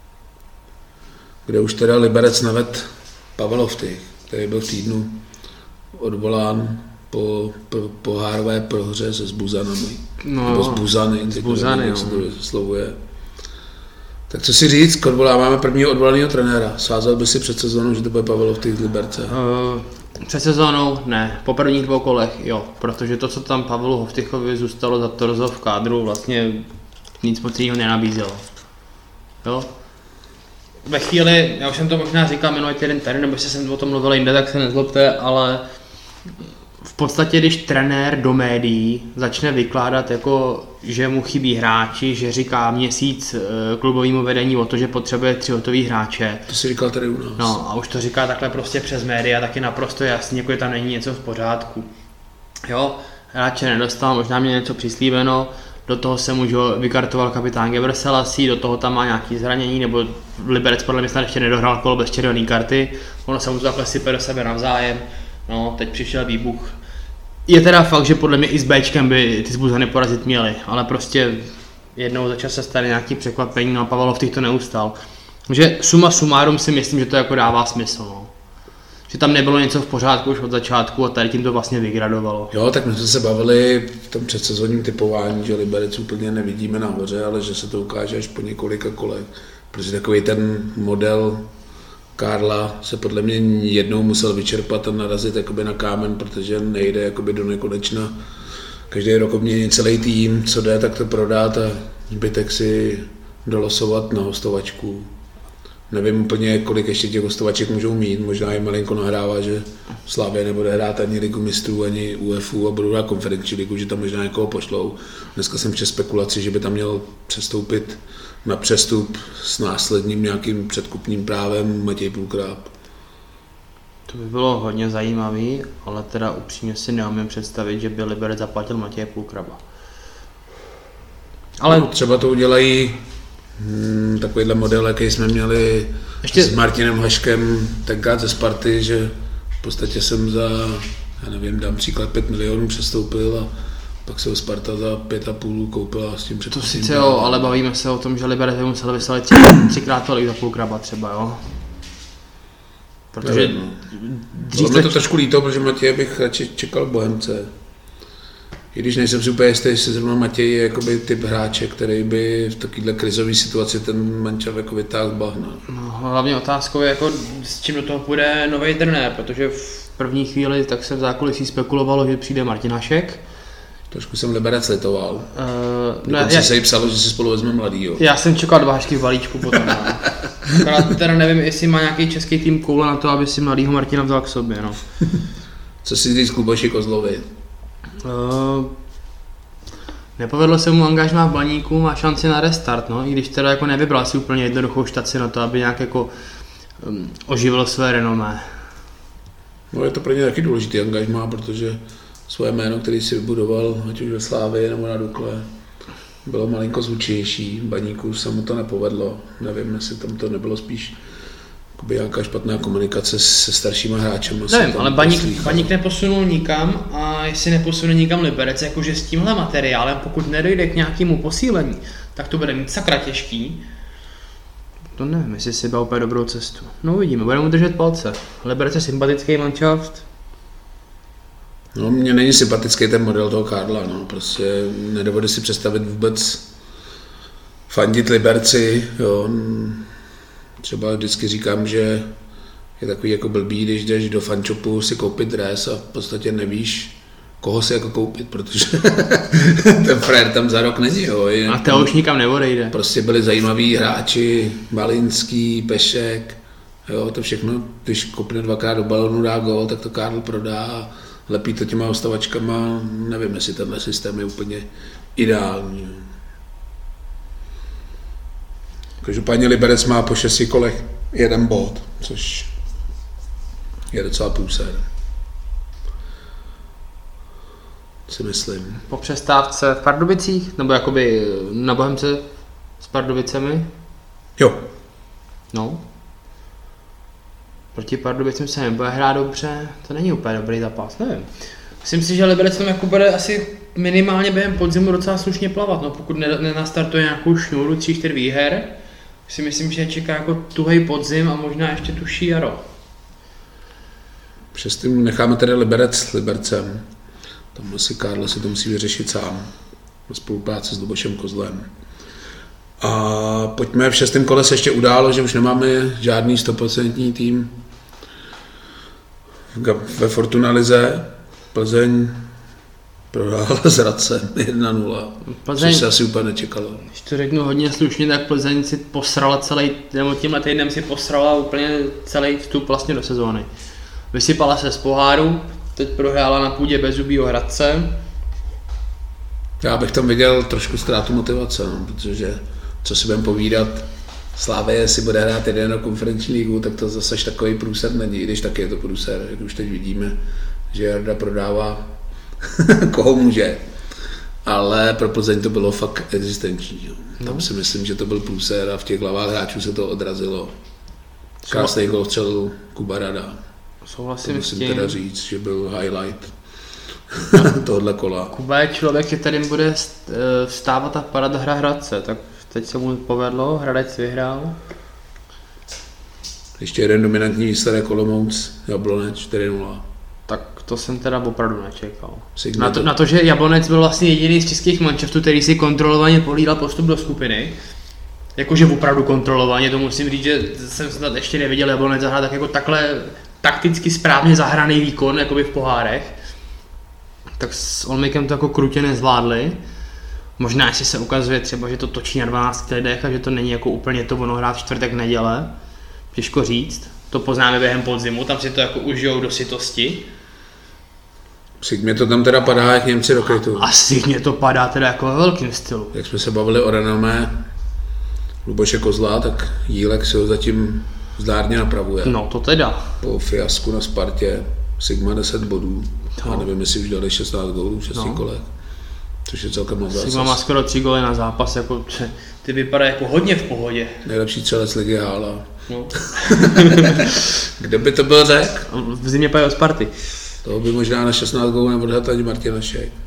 kde už teda Liberec navedl Pavel Hoftych, který byl v týdnu odvolán po, po pohárové prohře se Zbuzanami. No, nebo Zbuzany, Zbuzany, jak se to vyslovuje. Tak co si říct, odvoláváme prvního odvolaného trenéra. Sázel by si před sezónou, že to bude Pavel Hoftych z Liberce? Uh, před sezónou ne, po prvních dvou kolech jo, protože to, co tam Pavlu Hoftychovi zůstalo za torzo v kádru, vlastně nic moc jiného nenabízelo. Jo? Ve chvíli, já už jsem to možná říkal minulý týden tady, nebo jestli jsem o tom mluvil jinde, tak se nezlobte, ale v podstatě, když trenér do médií začne vykládat, jako, že mu chybí hráči, že říká měsíc klubovému vedení o to, že potřebuje tři hotový hráče. To si říkal tady u nás. No a už to říká takhle prostě přes média, taky naprosto jasně, jako je tam není něco v pořádku. Jo, hráče nedostal, možná mě něco přislíbeno, do toho se mu vykartoval kapitán Gebre Selassie, do toho tam má nějaké zranění, nebo Liberec podle mě snad ještě nedohrál kolo bez červené karty, ono se mu to takhle sype do sebe navzájem, no teď přišel výbuch. Je teda fakt, že podle mě i s Bčkem by ty Zbuzany porazit měli, ale prostě jednou za čas se stane nějaký překvapení, no a Pavel Hoftych to neustal. Takže suma sumárum si myslím, že to jako dává smysl, no. Že tam nebylo něco v pořádku už od začátku a tady tím to vlastně vygradovalo. Jo, tak my jsme se bavili v tom předsezonním typování, že Liberec úplně nevidíme nahoře, ale že se to ukáže až po několika kolech. Protože takový ten model Karla se podle mě jednou musel vyčerpat a narazit jakoby na kámen, protože nejde jakoby do nekonečna. Každý rok obmění celý tým, co jde, tak to prodát a zbytek si dolosovat na hostovačku. Nevím úplně, kolik ještě těch hostovaček můžou mít, možná jim malinko nahrává, že Slavia nebude hrát ani Ligu mistrů, ani U E F U a budou hrát konferenční ligu, že tam možná někoho pošlou. Dneska jsem včas spekulaci, že by tam měl přestoupit na přestup s následným nějakým předkupním právem Matěj Půlkrab. To by bylo hodně zajímavý, ale teda upřímně si neumím představit, že by Liberec zaplatil Matěje Půlkraba. Ale no, třeba to udělají hmm, takovýhle model, jaký jsme měli ještě s Martinem Haškem tenkrát ze Sparty, že v podstatě jsem za, já nevím, dám příklad pět milionů přestoupil a Pak se ho Sparta za pět a půl koupila s tím To předchozím. sice jo, ale bavíme se o tom, že Liberec by musel vyslat tři, třikrát tolik za půl Kraba třeba, jo. Protože Nevím, no. dřív Bylo mi to trošku líto, protože Matěje bych radši čekal Bohemce. I když nejsem si úplně jistý, jestli zrovna Matěj je jakoby typ hráče, který by v takovéhle krizové situaci ten mančav jako vytáhl z bahna. No, hlavně otázkou je, jako, s čím do toho půjde nový trenér, protože v první chvíli tak se v zákulisí spekulovalo, že přijde Martin Hašek. Trošku jsem Liberec litoval. Uh, Dokonce ne, se jí psalo, že si spolu vezme mladýho. Já jsem čekal dva Hašky v balíčku potom. Akorát teda nevím, jestli má nějaký český tým koule na to, aby si mladýho Martina vzal k sobě. No. Co si říct Kluboši Kozlovi? Uh, nepovedlo se mu angažmá v Baníku, má šanci na restart, no, i když teda jako nevybral si úplně jednoduchou štaci na to, aby nějak jako um, oživil své renomé. No je to pro ně taky důležitý angažmá, protože svoje jméno, který si vybudoval, ať už ve Slávii nebo na Dukle, bylo malinko zvučnější. V Baníku se mu to nepovedlo, nevím, jestli tam to nebylo spíš jakoby nějaká špatná komunikace se staršíma hráčem. Nevím, ale Baník, Baník neposunul nikam a jestli neposune nikam Liberec, jakože s tímhle materiálem, pokud nedojde k nějakému posílení, tak to bude mít sakra těžký. To nevím, jestli si dal úplně dobrou cestu. No uvidíme, budeme mu držet palce. Liberec je sympatický manšaft. No, mně není sympatický ten model toho Karla, no, prostě nedovedu si představit vůbec fandit Liberci, jo. Třeba vždycky říkám, že je takový jako blbý, když jdeš do fanshopu si koupit dres a v podstatě nevíš, koho si jako koupit, protože ten frér tam za rok není, jo. A to už nikam neodejde. Prostě byli zajímaví hráči, Balinský, Pešek, jo, to všechno, když kopne dvakrát do balonu, dá gól, tak to Karl prodá a lepí to těma ostavačkama, nevím, jestli tenhle systém je úplně ideální. Každopádně Liberec má po šesti kolech jeden bod, což je docela průser. Si myslím. Po přestávce v Pardubicích, nebo jakoby na Bohemce s Pardubicemi? Jo. No. Proti Pardubicím se nebude hrát dobře, to není úplně dobrý zápas, nevím. Myslím si, že Liberec tam jako bude asi minimálně během podzimu docela slušně plavat, no pokud nenastartuje nějakou šňůru tří čtyři výher, si myslím, že čeká jako tuhej podzim a možná ještě tuší jaro. Přestým necháme tedy Liberec s Libercem. Tam asi Karla si to musí vyřešit sám ve spolupráci s Lubošem Kozlem. A pojďme, v šestém kole se ještě událo, že už nemáme žádný stoprocentní tým ve Fortuna-lize. Plzeň prohrála s Hradcem jedna nula, což se asi úplně nečekalo. Když to řeknu hodně slušně, tak Plzeň si posrala celý, nebo tímhle týdnem si posrala úplně celý vstup vlastně do sezóny. Vysypala se z poháru, teď prohrála na půdě Bezzubího Hradce. Já bych tam viděl trošku ztrátu motivace, no, protože co si budeme povídat, Slavie si bude hrát jeden na konferenční ligu, tak to zase takový průser není, i když taky je to průser, jak už teď vidíme, že Jarda prodává koho může. Ale pro Plzeň to bylo fakt existenční. Jo. Tam no. si myslím, že to byl průser a v těch hlavách hráčů se to odrazilo. Krásný gol střelil Kuba Rada. Souhlasím to s tím. musím teda říct, že byl highlight tohle kola. Kuba je člověk, který bude vstávat a padat hra Hradce, tak teď se mu povedlo, Hradec vyhrál. Ještě jeden dominantní výsledek Olomouc, Jablonec čtyři nula. Tak to jsem teda opravdu nečekal. Na to, na to, že Jablonec byl vlastně jediný z českých manšaftů, který si kontrolovaně pohlídal postup do skupiny. Jakože opravdu kontrolovaně, to musím říct, že jsem snad ještě neviděl Jablonec zahrát tak jako takhle takticky správně zahraný výkon, jakoby v pohárech. Tak s Olmikem to jako krutě nezvládli. Možná jestli se ukazuje třeba, že to točí na dvanáct lidech a že to není jako úplně to ono hrát v čtvrtek neděle. Těžko říct. To poznáme během podzimu, tam si to jako užijou do sytosti. Sigmě to tam teda padá jak Němci do krytu. A Sigmě to padá teda jako ve velkým stylu. Jak jsme se bavili o renomé Luboše Kozla, tak Jílek si ho zatím zdárně napravuje. No to teda. Po fiasku na Spartě Sigma deset bodů. No. A nevím, jestli už dali šestnáct gólů v šesti no. kolech. Což je celkem moc zásaz. Sigma má skoro tři góly na zápas, jako ty vypadá jako hodně v pohodě. Nejlepší střelec ligy Hála. No. Kde by to byl řek? V zimě pají od Sparty. Toho by možná na šestnáct gólů nemohl dát ani Martin Hašek.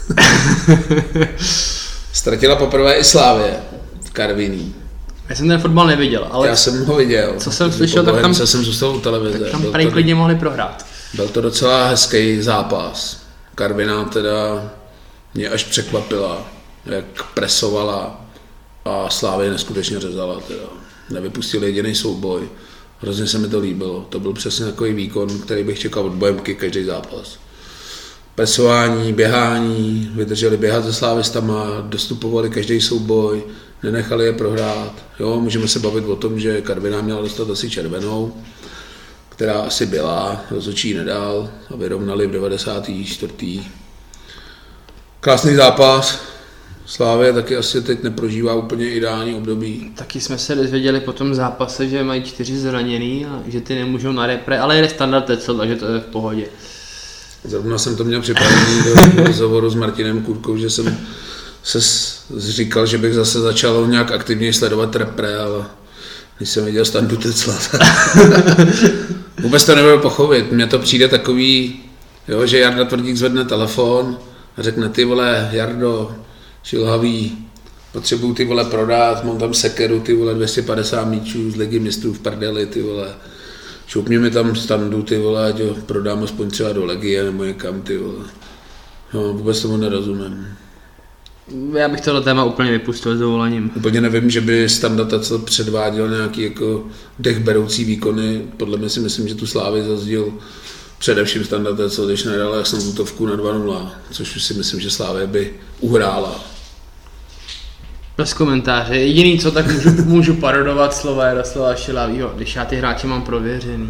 Ztratila poprvé i Slavie v Karviní. Já jsem ten fotbal neviděl, ale... Já jsem ho viděl. Co jsem slyšel, tak tam... jsem zůstal u televize. Tak tam prý klidně mohli prohrát. Byl to docela hezký zápas. Karviná teda mě až překvapila, jak presovala a Slavie neskutečně řezala teda. Nevypustili jediný souboj. Hrozně se mi to líbilo. To byl přesně takový výkon, který bych čekal od Bohemky každý zápas. Presování, běhání, vydrželi běhat se slávistama, dostupovali každý souboj, nenechali je prohrát. Jo, můžeme se bavit o tom, že Karviná měla dostat asi červenou, která asi byla, rozhodčí nedal a vyrovnali v devadesátém čtvrtém Krásný zápas. Slávie taky asi teď neprožívá úplně ideální období. Taky jsme se dozvěděli po tom zápase, že mají čtyři zraněný a že ty nemůžou na repre, ale je standard Tecel, takže to je v pohodě. Zrovna jsem to měl připravený do rozhovoru s Martinem Kurkou, že jsem se říkal, že bych zase začal nějak aktivněji sledovat repre, ale když jsem viděl Standu Tecla, vůbec to nebylo pochopit. Mně to přijde takový, jo, že Jarda Tvrdík zvedne telefon a řekne: ty vole, Jardo, šilhavý, potřebuju ty vole prodat, mám tam sekeru, ty vole dvě stě padesát míčů z Ligy mistrů v prdeli, ty vole. Šoupni mi tam Standu, ty vole, ať ho prodám aspoň třeba do Legie nebo někam, ty vole. No, vůbec tomu nerozumím. Já bych tohle téma úplně vypustil s dovolením. Úplně nevím, že by Standa Tecel předváděl nějaký jako dechberoucí výkony. Podle mě si myslím, že tu Slávy zazdil především Standa Tecel, když nedal jasnou útovku na dva nula, což si myslím, že Slávě by uhrála. Bez komentáře. Jediný, co tak můžu, můžu parodovat slova Jaroslava Šilavýho, když já ty hráče mám prověřený.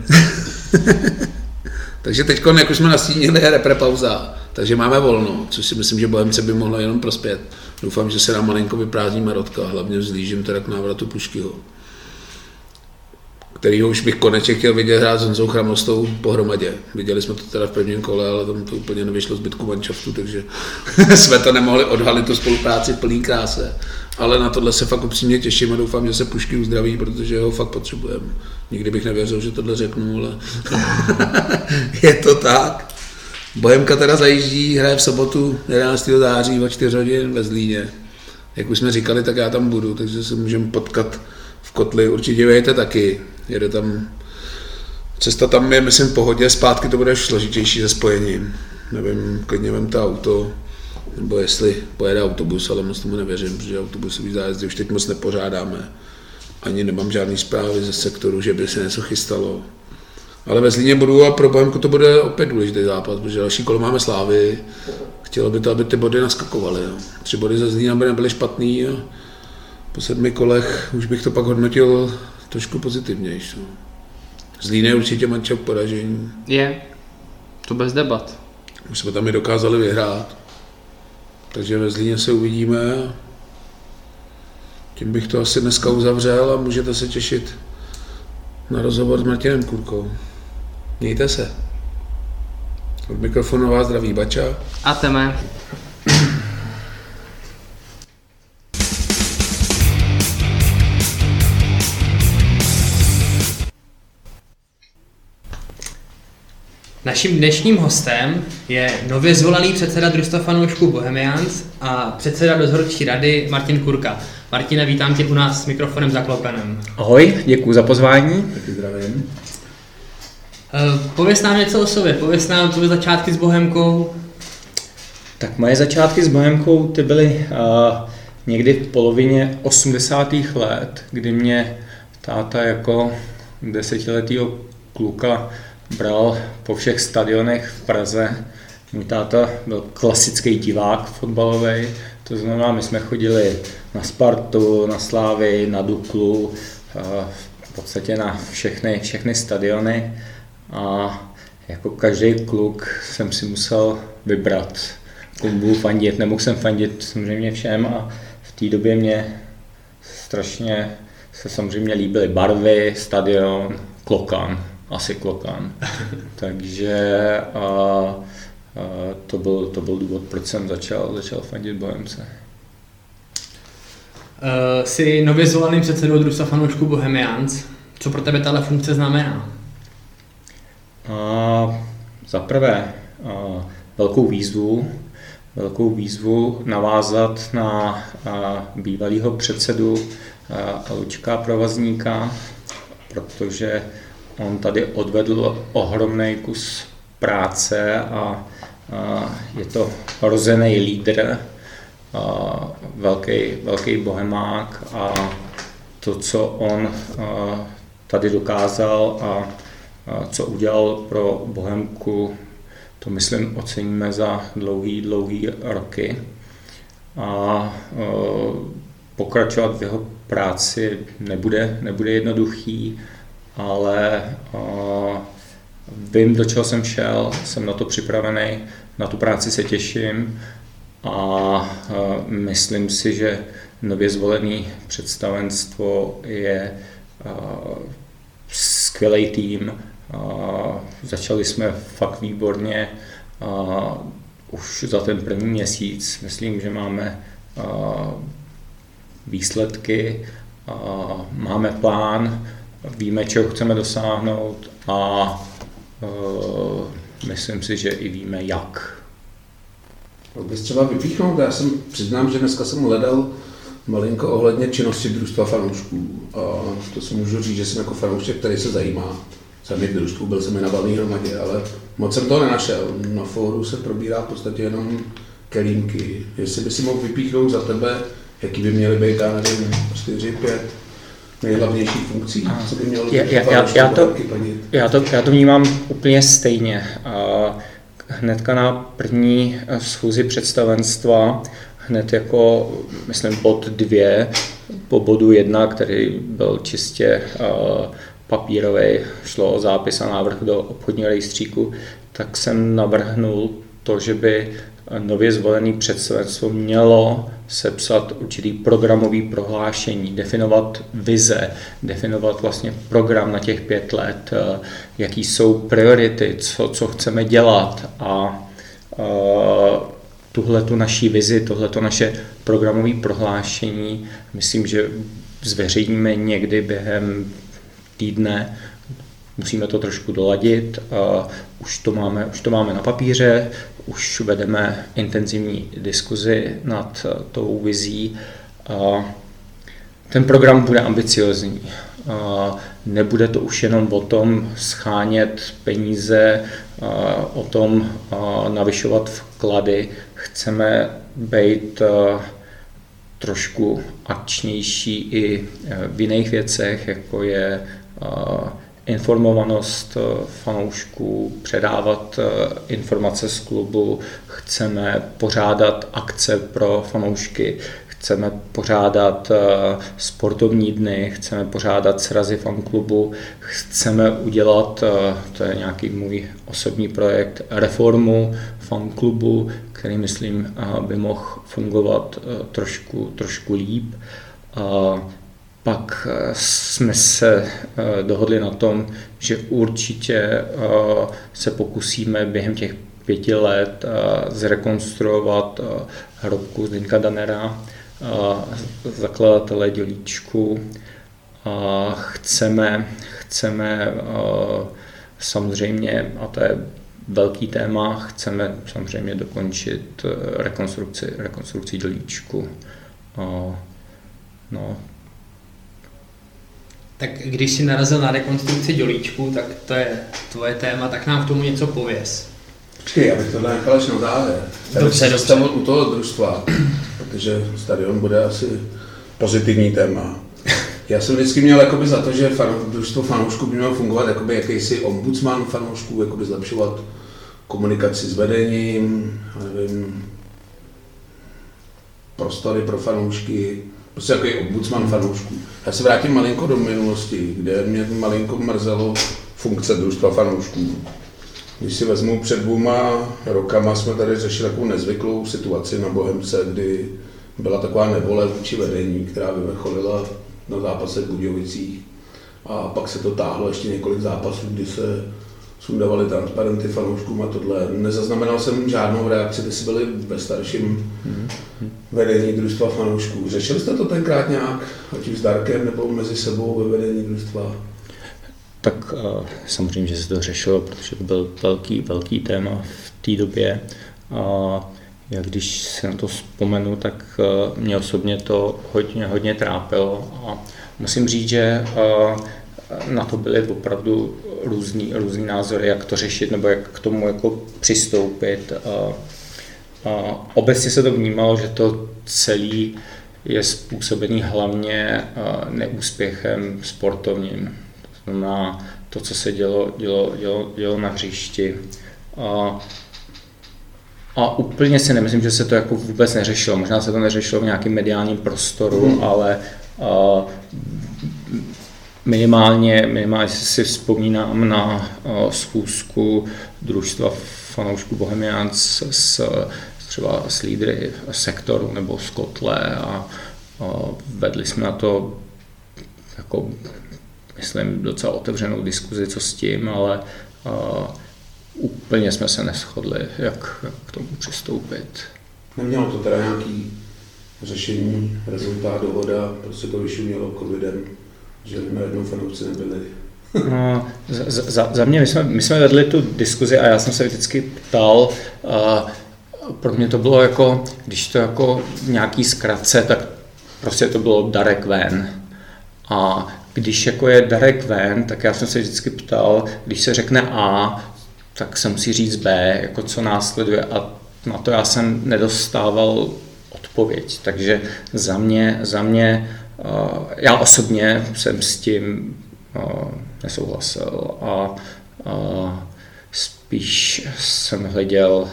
Takže teď, jak už jsme nastínili, je repre pauza, takže máme volno, což si myslím, že Bohemce by mohlo jenom prospět. Doufám, že se nám malinko vyprázdní Marotka, hlavně vzlížím teda k návratu Puškyho, kterýho už bych konečně chtěl vidět hrát s Honzou Chramostou pohromadě. Viděli jsme to teda v prvním kole, ale tam to úplně nevyšlo zbytku manšaftu, takže jsme to nemohli odhalit tu spolupráci v plný kráse. Ale na tohle se fakt upřímně těším a doufám, že se Pušky uzdraví, protože ho fakt potřebujeme. Nikdy bych nevěřil, že tohle řeknu, ale je to tak. Bohemka teda zajíždí, hraje v sobotu jedenáctého září o čtyři hodin ve Zlíně. Jak už jsme říkali, tak já tam budu, takže se můžeme potkat v Kotli. Určitě vějte taky. Jede tam, cesta tam je, myslím, v pohodě, zpátky to bude složitější se spojením. Nevím, klidně vemte auto, nebo jestli pojede autobus, ale moc tomu nevěřím, protože autobusový zájezdy už teď moc nepořádáme. Ani nemám žádný zprávy ze sektoru, že by se něco chystalo. Ale ve Zlíně budu a pro Bohemku to bude opět důležitý zápas, protože další kolo máme Slávy. Chtělo by to, aby ty body naskakovaly. Jo. Tři body ze Zlína by nebyly špatný a po sedmi kolech už bych to pak hodnotil trošku pozitivnější. Zlín je určitě manča k poražení. Je, to bez debat. Už jsme tam i dokázali vyhrát. Takže ve Zlíně se uvidíme. Tím bych to asi dneska uzavřel a můžete se těšit na rozhovor s Martinem Kurkou. Mějte se. Od mikrofonu vás zdraví Bača. A Teme. Naším dnešním hostem je nově zvolený předseda družstva fanoušků Bohemians a předseda dozorčí rady Martin Kurka. Martine, vítám tě u nás s mikrofonem za klopenem. Ahoj, děkuji za pozvání. Taky zdravím. Pověz nám něco o sobě, pověz nám tvoje začátky s Bohemkou. Tak moje začátky s Bohemkou ty byly uh, někdy v polovině osmdesátých let, kdy mě táta jako desetiletýho kluka bral po všech stadionech v Praze. Můj táta byl klasický divák fotbalový, to znamená, my jsme chodili na Spartu, na Slávy, na Duklu, v podstatě na všechny, všechny stadiony a jako každý kluk jsem si musel vybrat, komu budu fandit. Nemohl jsem fandit samozřejmě všem a v té době mě strašně se samozřejmě líbily barvy, stadion, klokan. Asi klokan. Takže a, a, to, byl, to byl důvod, proč jsem začal, začal fandit Bohemce. Uh, jsi nově zvoleným předsedou družstva fanoušků Bohemians. Co pro tebe tahle funkce znamená? A, za prvé a, velkou výzvu, velkou výzvu navázat na bývalého předsedu Luďka Provazníka, protože on tady odvedl ohromný kus práce a je to rozený lídr, velký, velký bohemák a to, co on tady dokázal a co udělal pro Bohemku, to myslím oceníme za dlouhý, dlouhý roky. A pokračovat v jeho práci nebude, nebude jednoduchý, ale vím, do čeho jsem šel, jsem na to připravený, na tu práci se těším a myslím si, že nově zvolené představenstvo je skvělý tým. Začali jsme fakt výborně už za ten první měsíc. Myslím, že máme výsledky, máme plán, víme, čeho chceme dosáhnout a myslím si, že i víme, jak. Bys třeba vypíchnout, já jsem přiznám, že dneska jsem hledal malinko ohledně činnosti družstva fanoušků. A to si můžu říct, že jsem jako fanoušek, který se zajímá. Jsem v družstvu, byl jsem i na valné hromadě, ale moc jsem toho nenašel. Na fóru se probírá v podstatě jenom kelímky. Jestli by si mohl vypíchnout za tebe, jaký by měly být, já nevím, čtyři, pět nejhlavnějších funkcí, co by mělo já, já, já, já, to, já, to, já to vnímám úplně stejně. Hnedka na první schůzi představenstva, hned jako, myslím, bod dvě, po bodu jedna, který byl čistě papírový, šlo o zápis a návrh do obchodního rejstříku, tak jsem navrhnul to, že by nově zvolené představenstvo mělo sepsat určitý programový prohlášení, definovat vize, definovat vlastně program na těch pět let, jaký jsou priority, co, co chceme dělat a tuhle tu naší vizi, tohleto naše programové prohlášení, myslím, že zveřejníme někdy během týdne. Musíme to trošku doladit, uh, už, to máme, už to máme na papíře, už vedeme intenzivní diskuzi nad uh, tou vizí. Uh, ten program bude ambiciózní. Uh, nebude to už jenom o tom schánět peníze, uh, o tom uh, navyšovat vklady. Chceme být uh, trošku akčnější i v jiných věcech, jako je uh, informovanost fanoušků, předávat informace z klubu, chceme pořádat akce pro fanoušky, chceme pořádat sportovní dny, chceme pořádat srazy fanklubu, chceme udělat, to je nějaký můj osobní projekt, reformu fanklubu, který myslím by mohl fungovat trošku, trošku líp. Pak jsme se dohodli na tom, že určitě se pokusíme během těch pěti let zrekonstruovat hrobku Zdeňka Dannera, zakladatele Dělíčku. Chceme, chceme samozřejmě, a to je velký téma, chceme samozřejmě dokončit rekonstrukci, rekonstrukci Dělíčku. No. Tak když jsi narazil na rekonstrukci Dělíčku, tak to je tvoje téma, tak nám k tomu něco pověz. Počkej, abych to nechal až na závěr. Já bych se dostavil u toho družstva, protože stadion bude asi pozitivní téma. Já jsem vždycky měl jakoby za to, že fan, družstvo fanoušků by mělo fungovat jakoby jakýsi ombudsman fanoušků, jakoby zlepšovat komunikaci s vedením, nevím, prostory pro fanoušky, prostě jako ombudsman fanoušků. Já se vrátím malinko do minulosti, kde mě malinko mrzelo funkce družstva fanoušků. Když si vezmu, před dvouma rokama jsme tady řešili takovou nezvyklou situaci na Bohemce, kdy byla taková nevole vůči vedení, která vyvrcholila na zápasech v Budějovicích. A pak se to táhlo ještě několik zápasů, kdy se sundavaly transparenty fanouškům a tohle. Nezaznamenal jsem žádnou reakci, kdy si byli ve starším vedení družstva fanoušků. Řešili jste to tenkrát nějak, ať už s Darkem nebo mezi sebou ve vedení družstva? Tak samozřejmě, že se to řešilo, protože to byl velký, velký téma v té době. já když se na to vzpomenu, tak mě osobně to hodně, hodně trápilo a musím říct, že na to byly opravdu různý, různý názory, jak to řešit nebo jak k tomu jako přistoupit. A obecně se to vnímalo, že to celé je způsobený hlavně neúspěchem sportovním. To znamená to, co se dělo, dělo, dělo, dělo na hřišti. A, a úplně si nemyslím, že se to jako vůbec neřešilo. Možná se to neřešilo v nějakém mediálním prostoru, hmm. ale a, minimálně, minimálně si vzpomínám na a, schůzku družstva fanoušků Bohemians s, třeba s lídry sektoru nebo z Kotle a, a vedli jsme na to jako, myslím, docela otevřenou diskuzi, co s tím, ale a, úplně jsme se neshodli, jak, jak k tomu přistoupit. Nemělo to teda nějaký řešení, rezultát, dohoda, prostě to vyšumělo covidem, že najednou fanoušci nebyli. No, za, za, za mě, my jsme, my jsme vedli tu diskuzi a já jsem se vždycky ptal, a pro mě to bylo jako, když to jako v nějaký zkratce, tak prostě to bylo Darek ven. A když jako je Darek ven, tak já jsem se vždycky ptal, když se řekne A, tak se musí říct B, jako co následuje, a na to já jsem nedostával odpověď. Takže za mě, za mě já osobně jsem s tím nesouhlasil a spíš jsem hleděl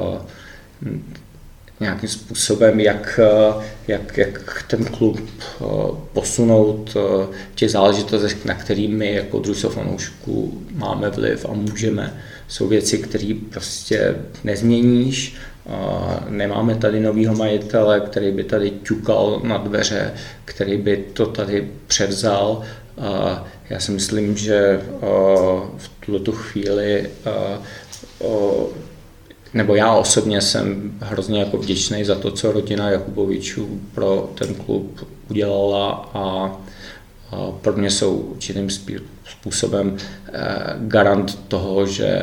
nějakým způsobem, jak, jak, jak ten klub posunout v těch záležitostech, na který my jako družstvo fanoušků máme vliv a můžeme. Jsou věci, které prostě nezměníš. Nemáme tady novýho majitele, který by tady ťukal na dveře, který by to tady převzal. Já si myslím, že v tuto chvíli, nebo já osobně jsem hrozně jako vděčný za to, co rodina Jakubovičů pro ten klub udělala, a pro mě jsou určitým způsobem garant toho, že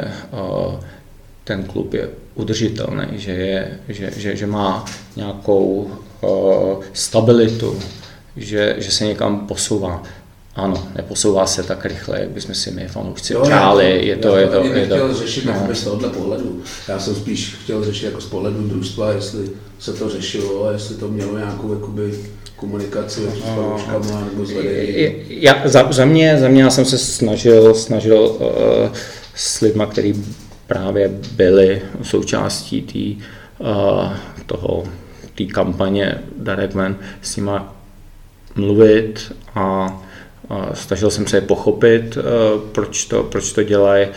ten klub je udržitelný, že, je, že, že, že má nějakou stabilitu, že, že se někam posouvá. Ano, neposouvá se tak rychle, jak bychom si my fanoušci přáli. Je to, je to, je to, chtěl řešit no. z tohohle pohledu. Já jsem spíš chtěl řešit jako z pohledu družstva, jestli se to řešilo, jestli to mělo nějakou jakoby komunikaci s fanouškama nebo s vedením. Já, za, za, mě, za mě já jsem se snažil, snažil uh, s lidma, kteří právě byli součástí tý, uh, toho, té kampaně Darek ven, s nima mluvit a snažil jsem se je pochopit, proč to, proč to dělají,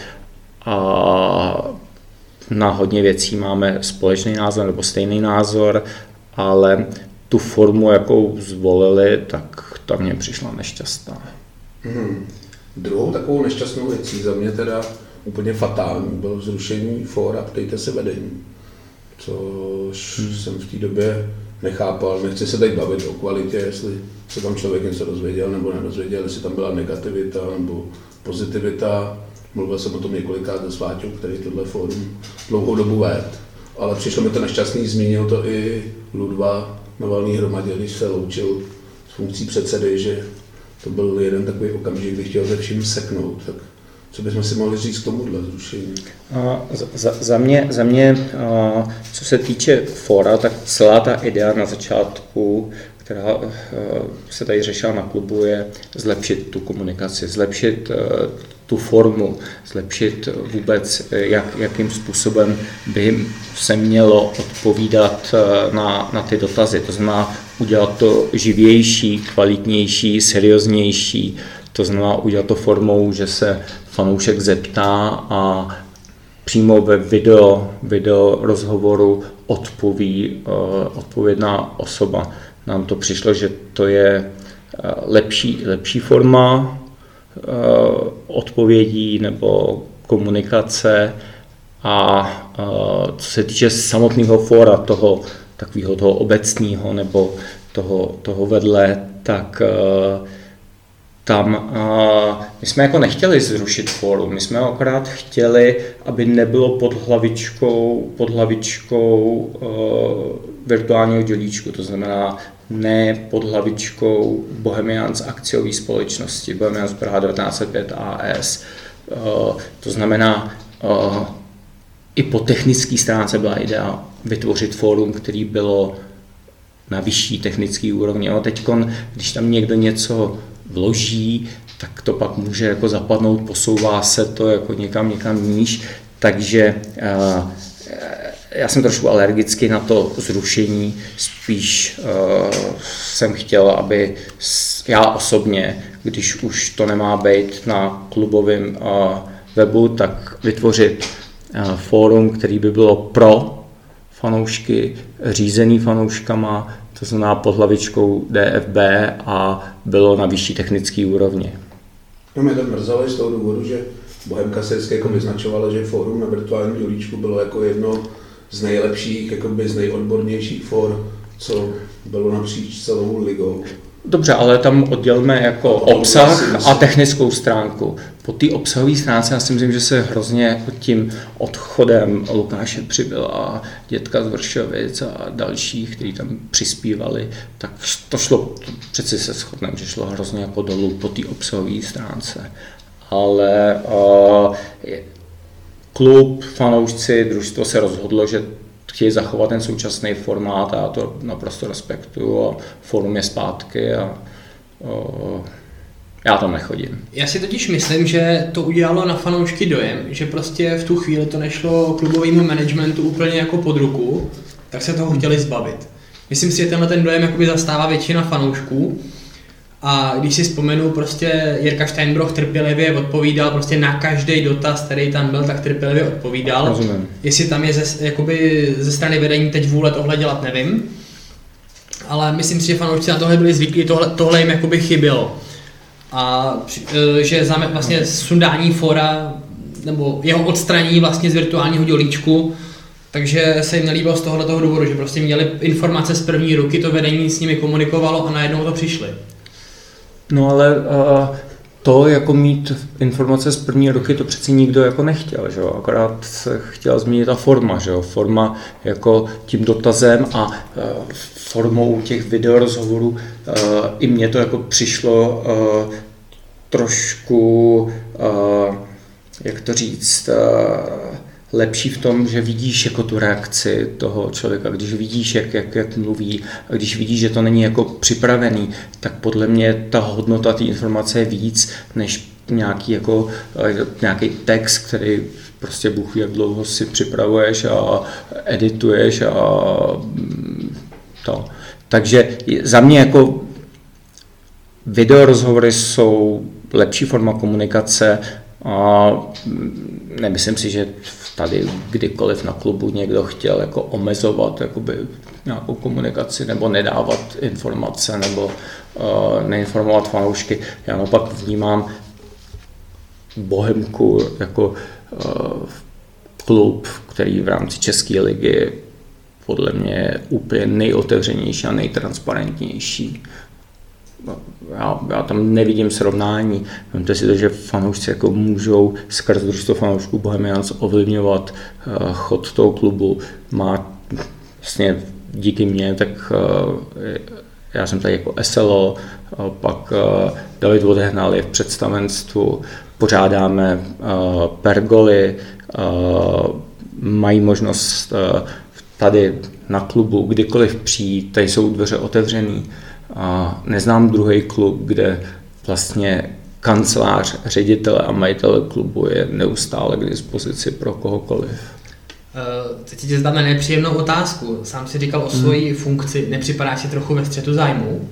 a na hodně věcí máme společný názor nebo stejný názor, ale tu formu, jakou zvolili, tak ta mně přišla nešťastná. Hmm. Druhou takovou nešťastnou věcí za mě teda úplně fatální bylo zrušení fóra Ptejte se vedení, což hmm. jsem v té době nechápal. Nechci se tady bavit o kvalitě, jestli se tam člověk něco dozvěděl nebo nedozvěděl, jestli tam byla negativita nebo pozitivita. Mluvil jsem o tom několikrát se Sváťou, který tohle fórum dlouhou dobu vedl. Ale přišlo mi to nešťastný, zmínil to i Ludva na valné hromadě, když se loučil s funkcí předsedy, že to byl jeden takový okamžik, kdy chtěl ze vším seknout. Tak co bychom si mohli říct k tomuhle zrušení? Za, za, mě, za mě, co se týče fóra, tak celá ta idea na začátku, která se tady řešila na klubu, je zlepšit tu komunikaci, zlepšit tu formu, zlepšit vůbec, jak, jakým způsobem by se mělo odpovídat na, na ty dotazy. To znamená udělat to živější, kvalitnější, serióznější. To znamená udělat to formou, že se fanoušek zeptá a přímo ve video, video rozhovoru odpoví odpovědná osoba. Nám to přišlo, že to je lepší, lepší forma odpovědí nebo komunikace, a co se týče samotného fóra, toho takového toho obecného nebo toho, toho vedle, tak tam uh, my jsme jako nechtěli zrušit fórum, my jsme akorát chtěli, aby nebylo pod hlavičkou, pod hlavičkou uh, virtuálního dělíčku, to znamená ne pod hlavičkou Bohemians akciové společnosti, Bohemians Praha devatenáct set pět A S. Uh, to znamená, uh, i po technické stránce byla idea vytvořit fórum, který bylo na vyšší technické úrovni. A teď, když tam někdo něco vloží, tak to pak může jako zapadnout, posouvá se to jako někam, někam níž. Takže uh, já jsem trošku alergický na to zrušení, spíš uh, jsem chtěl, aby já osobně, když už to nemá být na klubovém uh, webu, tak vytvořit uh, fórum, který by bylo pro fanoušky, řízený fanouškama, to znamená pod hlavičkou D F B a bylo na vyšší technické úrovni. No mě to mrzelo z toho důvodu, že Bohemka se vždycky jako vyznačovala, že fórum na virtuálním dělíčku bylo jako jedno z nejlepších, jakoby z nejodbornějších for, co bylo napříč celou ligou. Dobře, ale tam oddělíme jako obsah a technickou stránku. Po té obsahové stránce já si myslím, že se hrozně tím odchodem Lukáše Přibyla, Dětka z Vršovic a dalších, kteří tam přispívali, tak to šlo, to přeci se shodneme, že šlo hrozně jako dolů po té obsahové stránce. Ale uh, klub, fanoušci, družstvo se rozhodlo, že chtějí zachovat ten současný formát a já to naprosto respektuju a fórum je zpátky a o, já tam nechodím. Já si totiž myslím, že to udělalo na fanoušky dojem, že prostě v tu chvíli to nešlo klubovému managementu úplně jako pod ruku, tak se toho chtěli zbavit. Myslím si, že tenhle ten dojem jakoby zastává většina fanoušků. A když si vzpomenu, prostě Jirka Steinbroch trpělivě odpovídal prostě na každý dotaz, který tam byl, tak trpělivě odpovídal. Rozumím. Jestli tam je ze, jakoby ze strany vedení teď vůle tohle dělat, nevím. Ale myslím si, že fanoušci na tohle byli zvyklí, tohle, tohle jim jakoby chybělo. A že za vlastně sundání fora, nebo jeho odstranění vlastně z virtuálního dělíčku, takže se jim nelíbilo z tohoto důvodu, že prostě měli informace z první ruky, to vedení s nimi komunikovalo a najednou to přišli. No ale uh, to jako mít informace z první roky, to přeci nikdo jako nechtěl, že jo? Akorát se chtěla změnit ta forma, že jo? Forma jako tím dotazem a uh, formou těch videorozhovorů. Uh, I mně to jako přišlo uh, trošku, uh, jak to říct, uh, lepší v tom, že vidíš jako tu reakci toho člověka, když vidíš, jak, jak, jak mluví, a když vidíš, že to není jako připravený, tak podle mě ta hodnota té informace je víc, než nějaký, jako, nějaký text, který prostě Bůh ví, jak dlouho si připravuješ a edituješ a to. Takže za mě jako videorozhovory jsou lepší forma komunikace a nemyslím si, že tady kdykoliv na klubu někdo chtěl jako omezovat jakoby nějakou komunikaci nebo nedávat informace nebo uh, neinformovat fanoušky. Já naopak vnímám Bohemku jako uh, klub, který v rámci České ligy podle mě je úplně nejotevřenější a nejtransparentnější. Já, já tam nevidím srovnání. Vemte si to, že fanoušci jako můžou skrz družstvo fanoušků Bohemians ovlivňovat uh, chod toho klubu. Má vlastně díky mně, tak uh, já jsem tady jako S L O, uh, pak uh, David Odehnal je v představenstvu, pořádáme uh, pergoly, uh, mají možnost uh, tady na klubu kdykoliv přijít, tady jsou dveře otevřený. A neznám druhý klub, kde vlastně kancelář ředitele a majitele klubu je neustále k dispozici pro kohokoliv. Uh, teď ti zdáme nepříjemnou otázku. Sám si říkal o svojí hmm. funkci. Nepřipadáš si trochu ve střetu zájmů?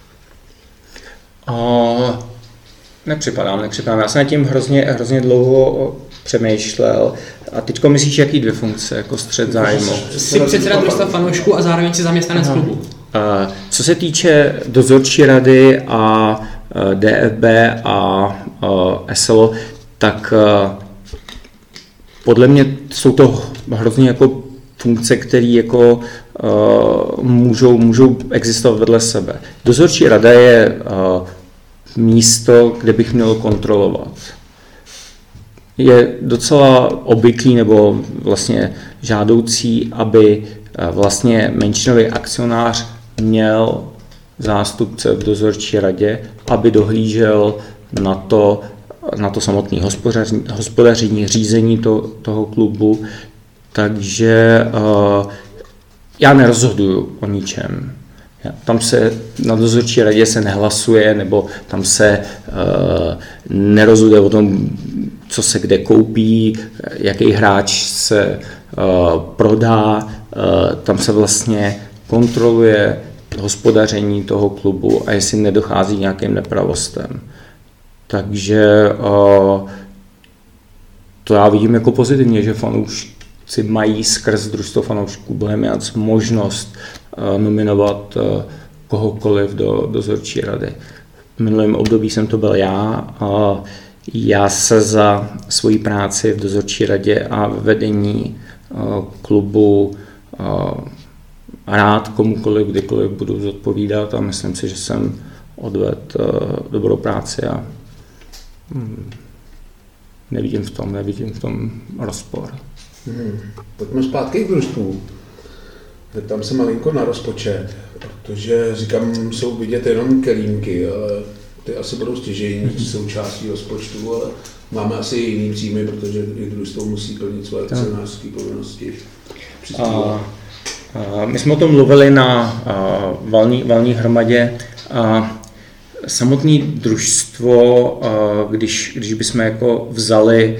Uh, nepřipadám, nepřipadám. Já jsem nad tím hrozně, hrozně dlouho přemýšlel. A teďko myslíš, jaký dvě funkce, jako střet zájmu? Jsi předseda družstva fanoušků a zároveň si zaměstnanec klubu. Uh, co se týče dozorčí rady a uh, D F B a uh, S L O, tak uh, podle mě jsou to hrozně jako funkce, které jako uh, můžou, můžou existovat vedle sebe. Dozorčí rada je uh, místo, kde bych měl kontrolovat. Je docela obvyklý nebo vlastně žádoucí, aby vlastně menšinový akcionář měl zástupce v dozorčí radě, aby dohlížel na to, na to samotné hospodaření, hospodaření řízení to, toho klubu. Takže uh, já nerozhoduju o ničem. Tam se na dozorčí radě se nehlasuje, nebo tam se uh, nerozhoduje o tom, co se kde koupí, jaký hráč se uh, prodá. Uh, tam se vlastně kontroluje hospodaření toho klubu a jestli nedochází k nějakým nepravostem. Takže uh, to já vidím jako pozitivně, že fanoušci mají skrz družstvo fanoušků Bohemians možnost uh, nominovat uh, kohokoliv do dozorčí rady. V minulém období jsem to byl já a já se za svoji práci v dozorčí radě a vedení uh, klubu uh, rád komukoliv, kdykoliv budu zodpovídat a myslím si, že jsem odvedl uh, dobrou práci a hmm, nevidím v tom, nevidím v tom rozpor. Hmm. Pojďme zpátky k družstvu. Tam se malinko na rozpočet, protože říkám, jsou vidět jenom kelímky, ale ty asi budou stěžejní součástí rozpočtu, ale máme asi jiný příjmy, protože i družstvo musí plnit své akcionářské povinnosti. A, a my jsme o tom mluvili na valní, valní hromadě. A samotné družstvo, když, když bychom jako vzali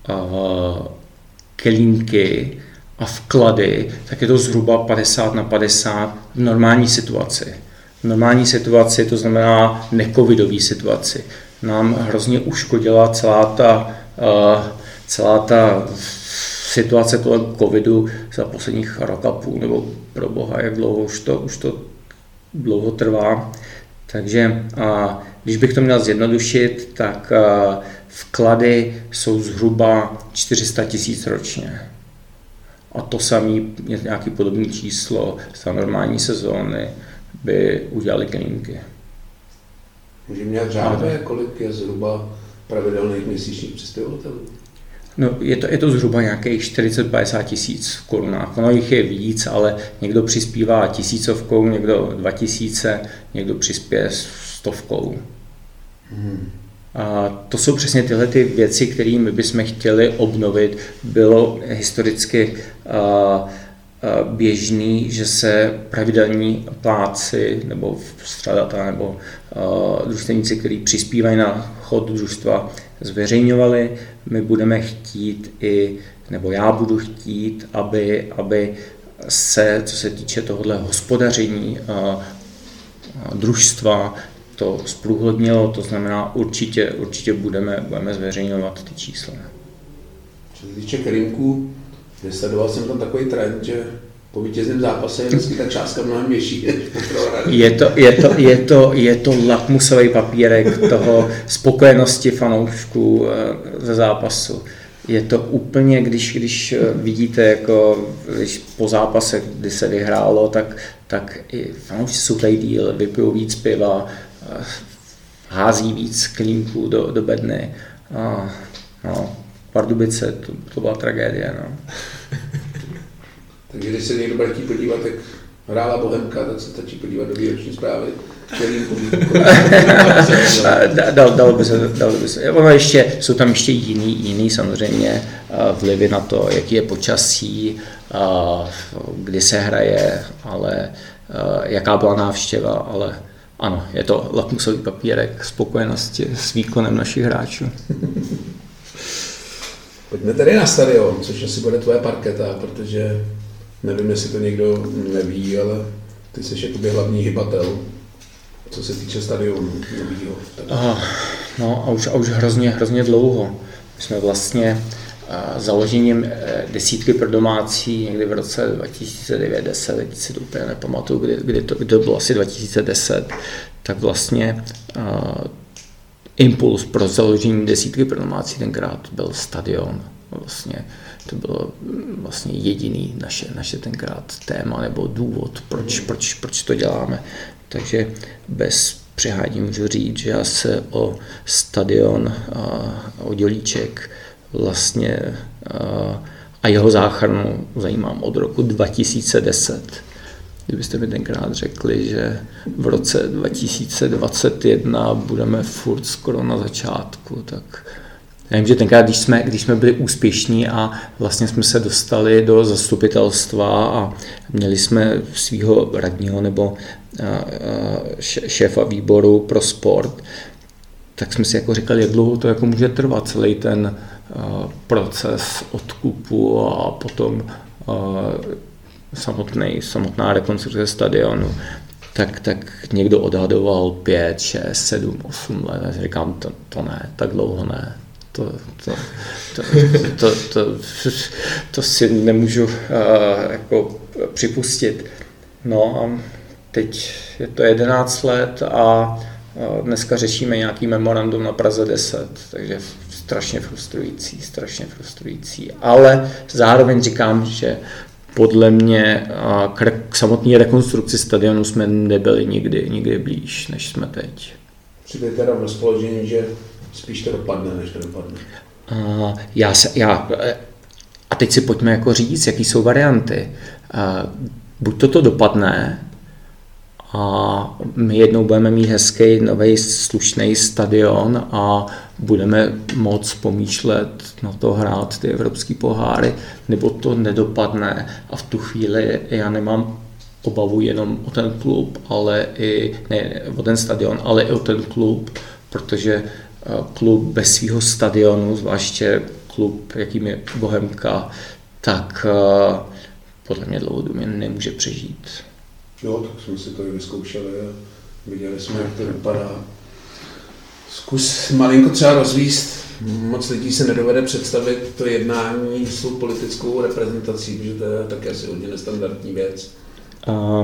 kelímky a vklady, tak je to zhruba padesát na padesát v normální situaci. V normální situaci, to znamená necovidové situaci, nám hrozně uškodila celá ta, celá ta situace kolem covidu za posledních rok a půl, nebo pro boha, jak dlouho už to, už to dlouho trvá. Takže a, když bych to měl zjednodušit, tak a, vklady jsou zhruba čtyři sta tisíc ročně. A to samé je nějaké podobné číslo za normální sezóny by udělali kelímky. Můžeme nějak řádně, kolik je zhruba pravidelných měsíčních přispěvatelů? No, je to, je to zhruba nějakých čtyřicet až padesát tisíc v korunách. Ono jich je víc, ale někdo přispívá tisícovkou, někdo dva tisíce, někdo přispěje stovkou. Hmm. A to jsou přesně tyhle ty věci, které my bychom chtěli obnovit. Bylo historicky uh, běžný, že se pravidelní plátci nebo střadatelé nebo uh, družstevníci, kteří přispívají na chod družstva, zveřejňovali. My budeme chtít i, nebo já budu chtít, aby, aby se, co se týče tohohle hospodaření uh, družstva, to zprůhlednilo, to znamená určitě, určitě budeme, budeme zveřejňovat ty čísla. Co se týče kelímků, vysledoval jsem tam takový trend, že po vítězném zápase je vždycky ta částka mnohem větší. Je to, je to, je to, je to lakmusový papírek toho spokojenosti fanoušků ze zápasu. Je to úplně, když, když vidíte, jako, když po zápase, kdy se vyhrálo, tak, tak i fanoušci jsou tady díl, vypijou víc piva, hází víc kelímků do, do bedny. A, no, Pardubice, to, to byla tragédie. No. Takže když se někdo bude chtít podívat, jak hrála Bohemka, tak se stačí podívat do výroční zprávy. dal, dal by se, dal by se. Ono ještě, jsou tam ještě jiný, jiný samozřejmě vlivy na to, jaký je počasí, kdy se hraje, ale jaká byla návštěva, ale ano, je to lakmusový papírek spokojenosti s výkonem našich hráčů. Pojďme tedy na stadion, což asi bude tvoje parketa, protože nevím, jestli to někdo neví, ale ty jsi jakoby hlavní hybatel, co se týče stadionu novýho. Oh, no a už, a už hrozně, hrozně dlouho. My jsme vlastně uh, založením uh, desítky pro domácí někdy v roce dva tisíce devět deset, teď si to úplně nepamatuju, kdy, kdy, to, kdy to bylo asi dva tisíce deset, tak vlastně uh, impuls pro založení desítky pro domácí tenkrát byl stadion. Vlastně to bylo vlastně jediný naše, naše tenkrát téma nebo důvod, proč, proč, proč to děláme. Takže bez přihádí můžu říct, že já se o stadion a o Dělíček vlastně a, a jeho záchranu zajímám od roku dva tisíce deset. Kdybyste mi tenkrát řekli, že v roce dva tisíce dvacet jedna budeme furt skoro na začátku, tak já vím, že tenkrát, když jsme, když jsme byli úspěšní a vlastně jsme se dostali do zastupitelstva a měli jsme svého radního nebo šéfa výboru pro sport, tak jsme si jako říkali, jak dlouho to jako může trvat celý ten proces odkupu a potom samotný, samotná rekonstrukce stadionu. Tak, tak někdo odhadoval pět, šest, sedm, osm let. Já říkám, to, to ne, tak dlouho ne. To, to, to, to, to, to, to si nemůžu uh, jako připustit. No a teď je to jedenáct let a uh, dneska řešíme nějaký memorandum na Praze deset, takže strašně frustrující, strašně frustrující. Ale zároveň říkám, že podle mě uh, k, re- k samotné rekonstrukci stadionu jsme nebyli nikdy, nikdy blíž, než jsme teď. Přijde teda v rozpoložení, že spíš to dopadne, než to dopadne. Uh, já se, já, a teď si pojďme jako říct, jaký jsou varianty. Uh, buď toto dopadne a my jednou budeme mít hezký, nový, slušný stadion a budeme moc pomýšlet na to hrát ty evropský poháry, nebo to nedopadne a v tu chvíli já nemám obavu jenom o ten klub, ale i, ne o ten stadion, ale i o ten klub, protože klub bez svého stadionu, zvláště klub, jakým je Bohemka, tak uh, podle mě dlouhodobě nemůže přežít. Jo, tak jsme si to i vyzkoušeli a viděli jsme, jak to vypadá. Zkus malinko třeba rozvíst. Moc lidí se nedovede představit to jednání s tou politickou reprezentací, protože to je také asi hodně nestandardní věc. Uh,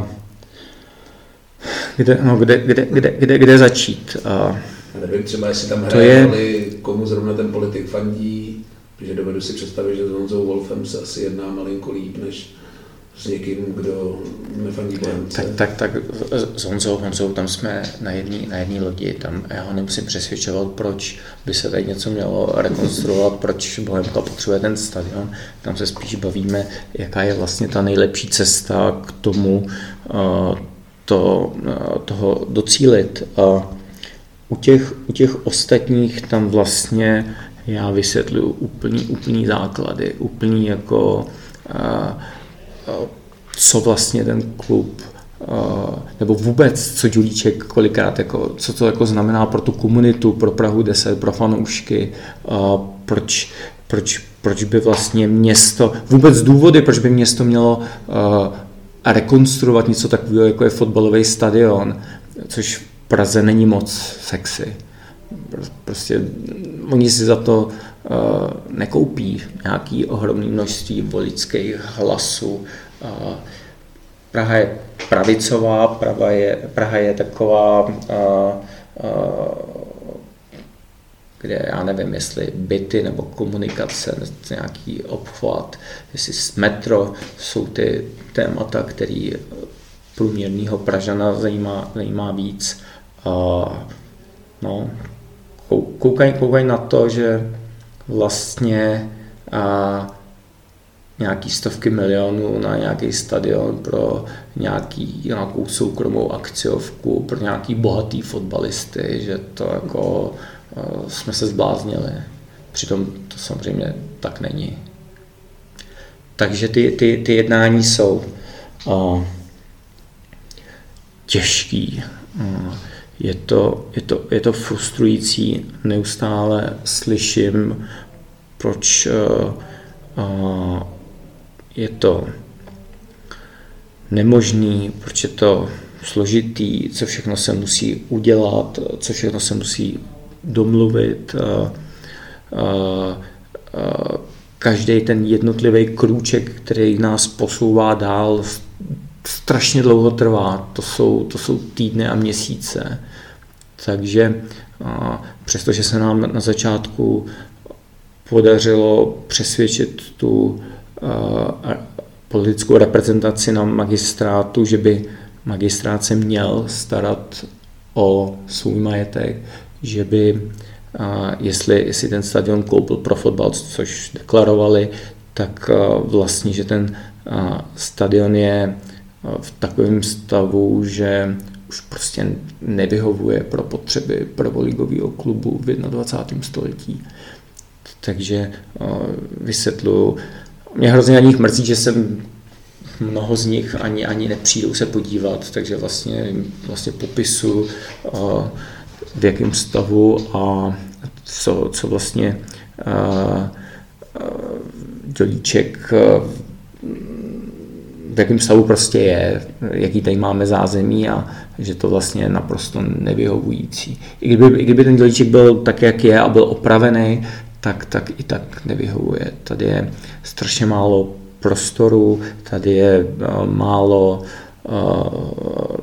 kde, no, kde, kde, kde, kde, kde začít? Uh, Já nevím, třeba jestli tam hraje roli, komu zrovna ten politik fandí, protože dovedu si představit, že s Honzou Wolfem se asi jedná malinko líp, než s někým, kdo nefandí Bohemce. Tak, tak, tak s Honzou, Honzou tam jsme na jedné na jedné lodi, tam já ho nemusím přesvědčovat, proč by se tady něco mělo rekonstruovat, proč Bohemka potřebuje ten stadion. Tam se spíš bavíme, jaká je vlastně ta nejlepší cesta k tomu uh, to, uh, toho docílit. Uh, u, těch, u těch ostatních tam vlastně já vysvětluju úplný, úplný základy, úplný jako uh, co vlastně ten klub, nebo vůbec, co Dělíček kolikrát, jako, co to jako znamená pro tu komunitu, pro Prahu deset, pro fanoušky, proč, proč, proč by vlastně město, vůbec důvody, proč by město mělo rekonstruovat něco takového, jako je fotbalový stadion, což v Praze není moc sexy. Prostě oni si za to uh, nekoupí nějaké ohromné množství voličských hlasů. Uh, Praha je pravicová, Praha je, Praha je taková, uh, uh, kde já nevím, jestli byty nebo komunikace, nějaký obchvat, jestli metro jsou ty témata, které průměrného Pražana zajímá, zajímá víc. Uh, no, Koukají koukaj na to, že vlastně a, nějaký stovky milionů na nějaký stadion pro nějaký, nějakou soukromou akciovku, pro nějaký bohatý fotbalisty, že to jako a, jsme se zbláznili. Přitom to samozřejmě tak není. Takže ty, ty, ty jednání jsou a, těžký. A, Je to, je, to, je to frustrující, neustále slyším, proč uh, uh, je to nemožný, proč je to složitý, co všechno se musí udělat, co všechno se musí domluvit. Uh, uh, uh, každý ten jednotlivý krůček, který nás posouvá dál, strašně dlouho trvá, to jsou, to jsou týdny a měsíce. Takže a, přestože se nám na začátku podařilo přesvědčit tu a, politickou reprezentaci na magistrátu, že by magistrát se měl starat o svůj majetek, že by, jestli, jestli ten stadion koupil pro fotbal, což deklarovali, tak vlastně, že ten stadion je v takovém stavu, že už prostě nevyhovuje pro potřeby prvoligového klubu v dvacátém prvním století. Takže vysvětluju. Mě hrozně na nich mrzí, že jsem mnoho z nich ani, ani nepřijdou se podívat, takže vlastně, vlastně popisu, v jakém stavu a co, co vlastně Dělíček v jakém stavu prostě je, jaký tady máme zázemí a že to vlastně je naprosto nevyhovující. I kdyby, i kdyby ten Dělíček byl tak, jak je a byl opravený, tak, tak i tak nevyhovuje. Tady je strašně málo prostoru, tady je málo uh,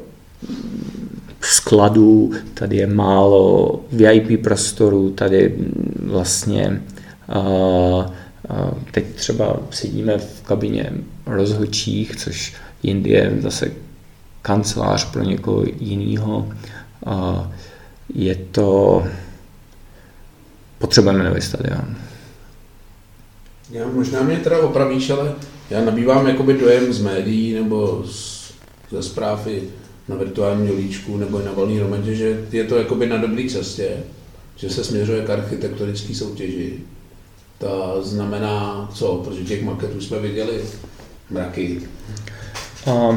skladů, tady je málo V I P prostoru, tady vlastně uh, teď třeba sedíme v kabině rozhodčích, což jindy je zase kancelář pro někoho jiného. Je to... Potřebujeme nový stadion. Já možná mě teda opravíš, ale já nabývám jakoby dojem z médií nebo z, ze zprávy na virtuálním Dělíčku nebo i na Volné hromadě, že je to jakoby na dobré cestě, že se směřuje k architektonické soutěži. To znamená co? Protože těch maketů jsme viděli mraky. Uh,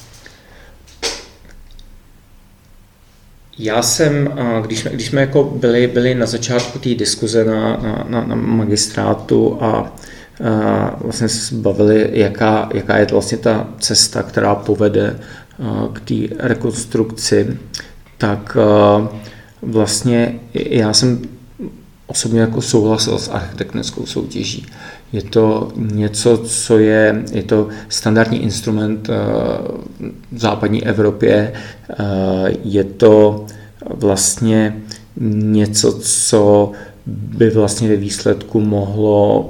já jsem, uh, když jsme, když jsme jako byli, byli na začátku té diskuze na, na, na magistrátu a uh, vlastně se bavili, jaká, jaká je to vlastně ta cesta, která povede uh, k té rekonstrukci, tak uh, vlastně já jsem osobně jako souhlasil s architektonickou soutěží. Je to něco, co je, je to standardní instrument v západní Evropě, je to vlastně něco, co by vlastně ve výsledku mohlo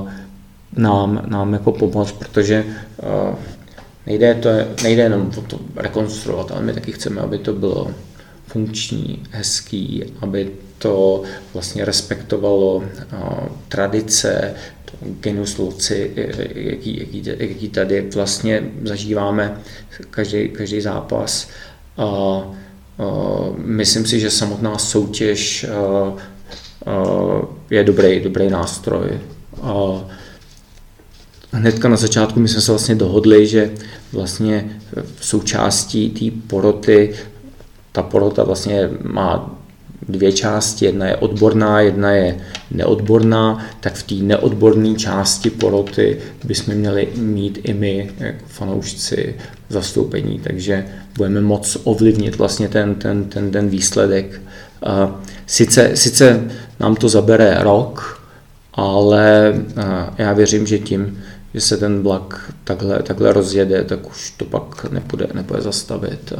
nám, nám jako pomoct, protože nejde, to, nejde jenom o to rekonstruovat, ale my taky chceme, aby to bylo funkční, hezký, aby to vlastně respektovalo uh, tradice, genius loci, jaký, jaký, jaký tady vlastně zažíváme každý, každý zápas. Uh, uh, myslím si, že samotná soutěž uh, uh, je dobrý, dobrý nástroj. Uh, hnedka na začátku my jsme se vlastně dohodli, že vlastně v součástí té poroty, ta porota vlastně má dvě části, jedna je odborná, jedna je neodborná, tak v té neodborné části poroty bychom měli mít i my jako fanoušci zastoupení, takže budeme moc ovlivnit vlastně ten, ten, ten, ten výsledek. Sice, sice nám to zabere rok, ale já věřím, že tím, že se ten vlak takhle, takhle rozjede, tak už to pak nepůjde, nepůjde zastavit.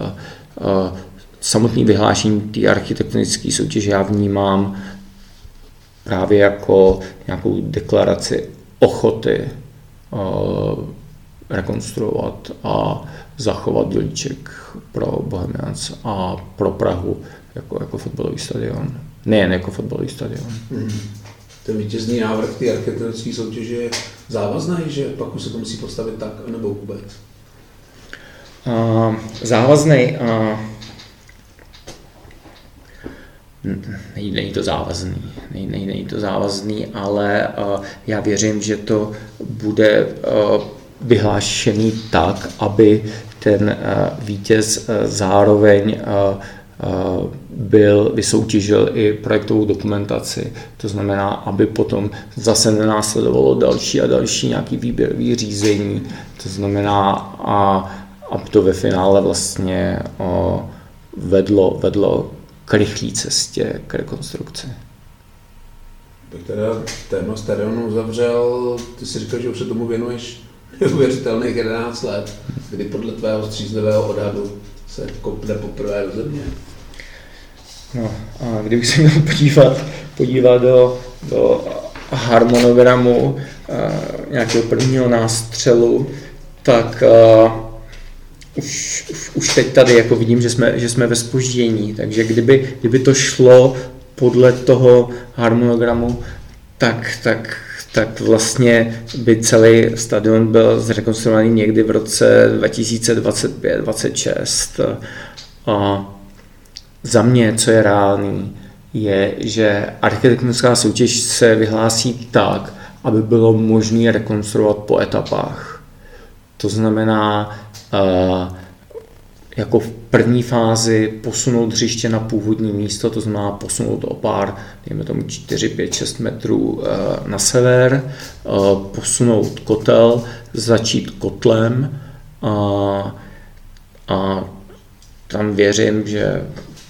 Samotné vyhlášení té architektonické soutěže já vnímám právě jako nějakou deklaraci ochoty uh, rekonstruovat a zachovat Dělíček pro Bohemians a pro Prahu jako, jako fotbalový stadion. Nejen jako fotbalový stadion. Hmm. Ten vítězný návrh té architektonické soutěže je závazný, že pak už se to musí postavit tak, nebo vůbec? Uh, závazný. Uh, Není, není to závazný, není, není, není to závazný, ale uh, já věřím, že to bude uh, vyhlášený tak, aby ten uh, vítěz uh, zároveň uh, uh, byl, vysoutěžil i projektovou dokumentaci. To znamená, aby potom zase nenásledovalo další a další nějaký výběrový řízení. To znamená, a, aby to ve finále vlastně uh, vedlo, vedlo k rychlé cestě k rekonstrukci. Bych teda téma stadionu uzavřel, ty si říkal, že už se tomu věnuješ neuvěřitelných jedenáct let, kdy podle tvého střízlivého odhadu se kopne poprvé do země. No, a kdybych se měl podívat, podívat do, do harmonogramu uh, nějakého prvního nástřelu, tak uh, už, už, už teď tady jako vidím, že jsme, že jsme ve zpoždění, takže kdyby, kdyby to šlo podle toho harmonogramu, tak, tak, tak vlastně by celý stadion byl zrekonstruovaný někdy v roce dva tisíce dvacet pět dvacet šest. A za mě, co je reálný, je, že architektonická soutěž se vyhlásí tak, aby bylo možné rekonstruovat po etapách. To znamená, jako v první fázi posunout hřiště na původní místo, to znamená posunout o pár, dejme tomu čtyři, pět, šest metrů na sever, posunout kotel, začít kotlem a, a tam věřím, že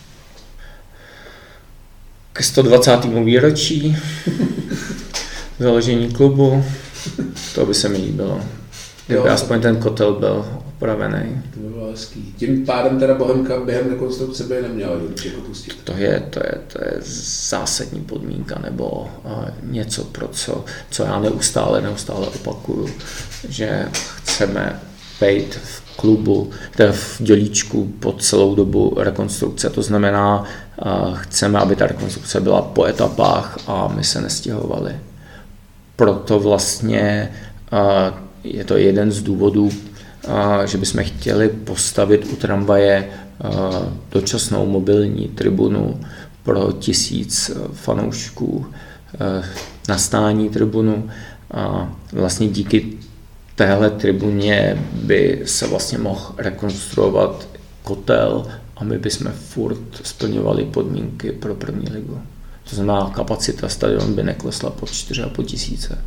ke sto dvacátému výročí založení klubu, to by se mi líbilo. Kdyby aspoň ten kotel byl opravený. To by bylo hezký. Tím pádem teda Bohemka během rekonstrukce by neměla určitě pustit. To je, to, je, to je zásadní podmínka, nebo uh, něco, pro co, co já neustále, neustále opakuju, že chceme být v klubu, teda v Dělíčku po celou dobu rekonstrukce. To znamená, uh, chceme, aby ta rekonstrukce byla po etapách a my se nestěhovali. Proto vlastně uh, je to jeden z důvodů, že bychom chtěli postavit u tramvaje dočasnou mobilní tribunu pro tisíc fanoušků na stání tribunu. Vlastně díky téhle tribuně by se vlastně mohl rekonstruovat kotel a my bychom furt splňovali podmínky pro první ligu. To znamená, kapacita stadionu by neklesla pod čtyři a půl tisíce.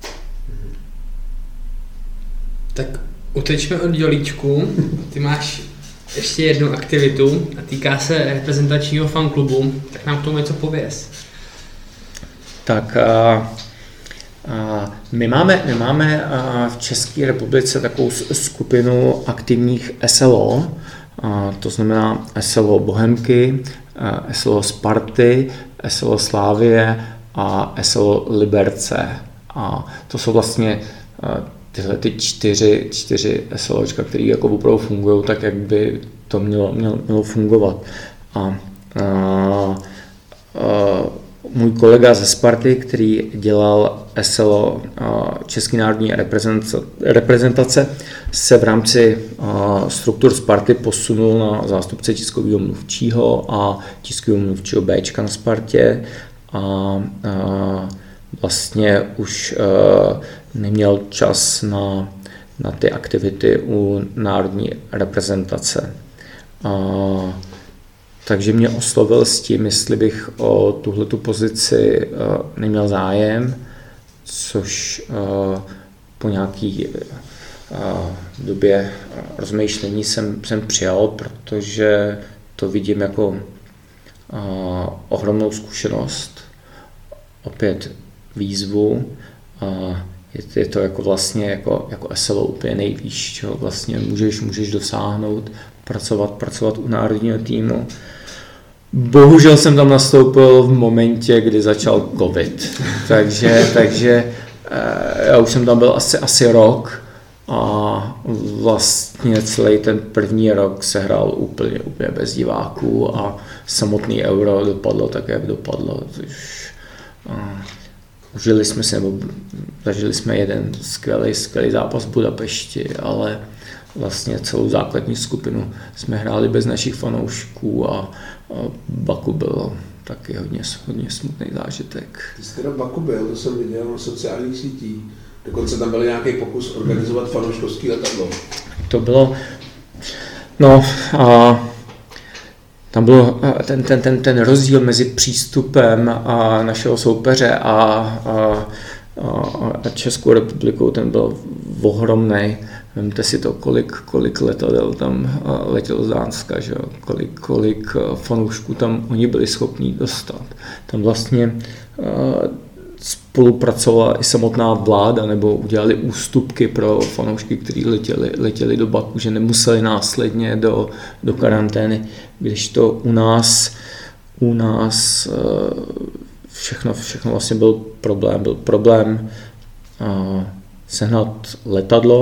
Tak utečme od Dělíčku. Ty máš ještě jednu aktivitu a týká se reprezentačního fanklubu. Tak nám k tomu něco pověz. Tak a, a my máme, my máme v České republice takovou skupinu aktivních S L O, a to znamená S L O Bohemky, S L O Sparty, S L O Slavie a S L O Liberce. A to jsou vlastně tyhle ty čtyři, čtyři SLOčka, které jako opravdu fungují tak, jak by to mělo, mělo, mělo fungovat. A, a, a můj kolega ze Sparty, který dělal S L O České národní reprezentace, reprezentace, se v rámci a, struktur Sparty posunul na zástupce tiskového mluvčího a tiskového mluvčího Bčka na Spartě. A, a vlastně už uh, neměl čas na, na ty aktivity u národní reprezentace. Uh, takže mě oslovil s tím, jestli bych o tuhletu pozici uh, neměl zájem, což uh, po nějaký uh, době rozmýšlení jsem, jsem přijal, protože to vidím jako uh, ohromnou zkušenost. Opět výzvu. Je to jako vlastně jako, jako S L O úplně nejvýš, čeho vlastně můžeš, můžeš dosáhnout, pracovat, pracovat u národního týmu. Bohužel jsem tam nastoupil v momentě, kdy začal covid, takže, takže já už jsem tam byl asi, asi rok a vlastně celý ten první rok se hrál úplně, úplně bez diváků a samotný Euro dopadlo tak, jak dopadlo. Užili jsme se, nebo zažili jsme jeden skvělý, skvělý zápas v Budapešti, ale vlastně celou základní skupinu jsme hráli bez našich fanoušků a, a Baku byl taky hodně, hodně smutný zážitek. Ty jsi teda v Baku byl, to jsem viděl na sociálních sítích. Dokonce tam byl nějaký pokus organizovat fanouškovský letadlo. To bylo, no a tam byl ten, ten, ten, ten rozdíl mezi přístupem a našeho soupeře a, a, a Českou republikou, ten byl ohromnej. Vemte si to, kolik, kolik letadel tam letělo z Dánska, že? Kolik, kolik fanoušků tam oni byli schopní dostat. Tam vlastně spolupracovala i samotná vláda, nebo udělali ústupky pro fanoušky, kteří letěli, letěli do Baku, že nemuseli následně do, do karantény, když to u nás, u nás všechno, všechno vlastně byl problém. Byl problém sehnat letadlo,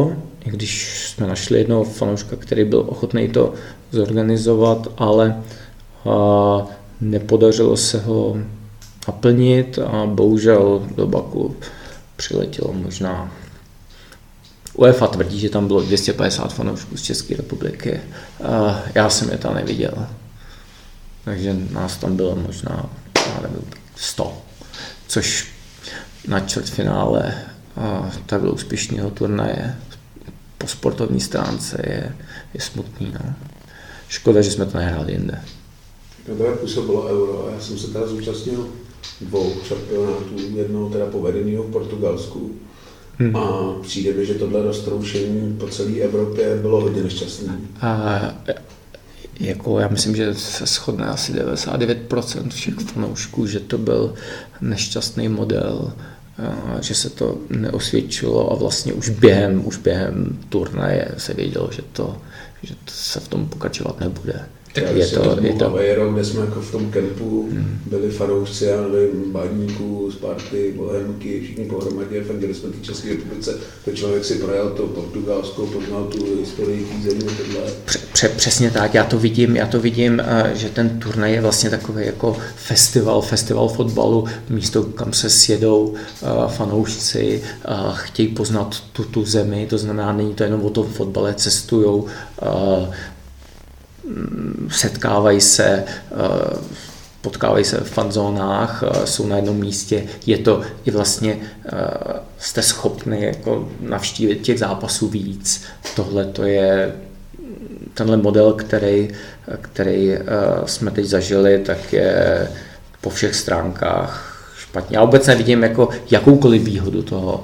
i když jsme našli jednoho fanouška, který byl ochotný to zorganizovat, ale a, nepodařilo se ho naplnit a bohužel do Baku přiletělo možná. UEFA tvrdí, že tam bylo dvě stě padesát fanoušků z České republiky. A já jsem je tam neviděl. Takže nás tam bylo možná, já nevím, sto. Což na čtvrtfinále takhle úspěšného turnaje po sportovní stránce je, je smutný. No. Škoda, že jsme to nehráli jinde. No to působilo Euro. Já jsem se teda zúčastnil dvou šampionátů, jednoho teda povedeného v Portugalsku. Hmm. A přijde mi, že tohle roztroušení po celé Evropě bylo hodně nešťastné. A jako já myslím, že se shodne asi devadesát devět procent všech fanoušků, že to byl nešťastný model, že se to neosvědčilo a vlastně už během, už během turnaje se vědělo, že, to, že to se v tom pokračovat nebude. Tak je to, to je to Aveiro, kde jsme jako v tom kempu hmm. byli fanoušci, já nevím, Báníků, Sparty, Bohemky, všichni pohromadě, fandili jsme v České republice, to člověk si projel to Portugalsko, poznal tu historii té země, tohle. Pře, přesně tak, já to vidím, já to vidím, že ten turnaj je vlastně takový jako festival, festival fotbalu, místo, kam se sjedou fanoušci, chtějí poznat tu, tu zemi, to znamená, není to jenom o tom fotbale, cestujou, setkávají se, potkávají se v fanzónách, jsou na jednom místě, je to i vlastně, jste schopni jako navštívit těch zápasů víc. Tohle to je tenhle model, který, který jsme teď zažili, tak je po všech stránkách špatně. Já vůbec nevidím jako jakoukoliv výhodu toho.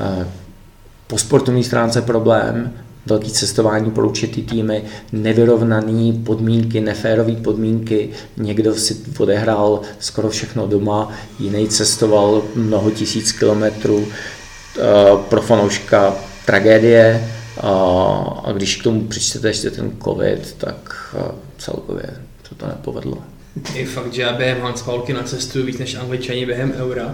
Po sportovní stránce problém, velký cestování pro určitý týmy, nevyrovnaný podmínky, neférové podmínky. Někdo si odehrál skoro všechno doma, jiný cestoval mnoho tisíc kilometrů. Pro fanouška tragédie a když k tomu přičtete ještě ten covid, tak celkově se to nepovedlo. Je fakt, že já během Hanspalky nacestuju víc než Angličani během Eura,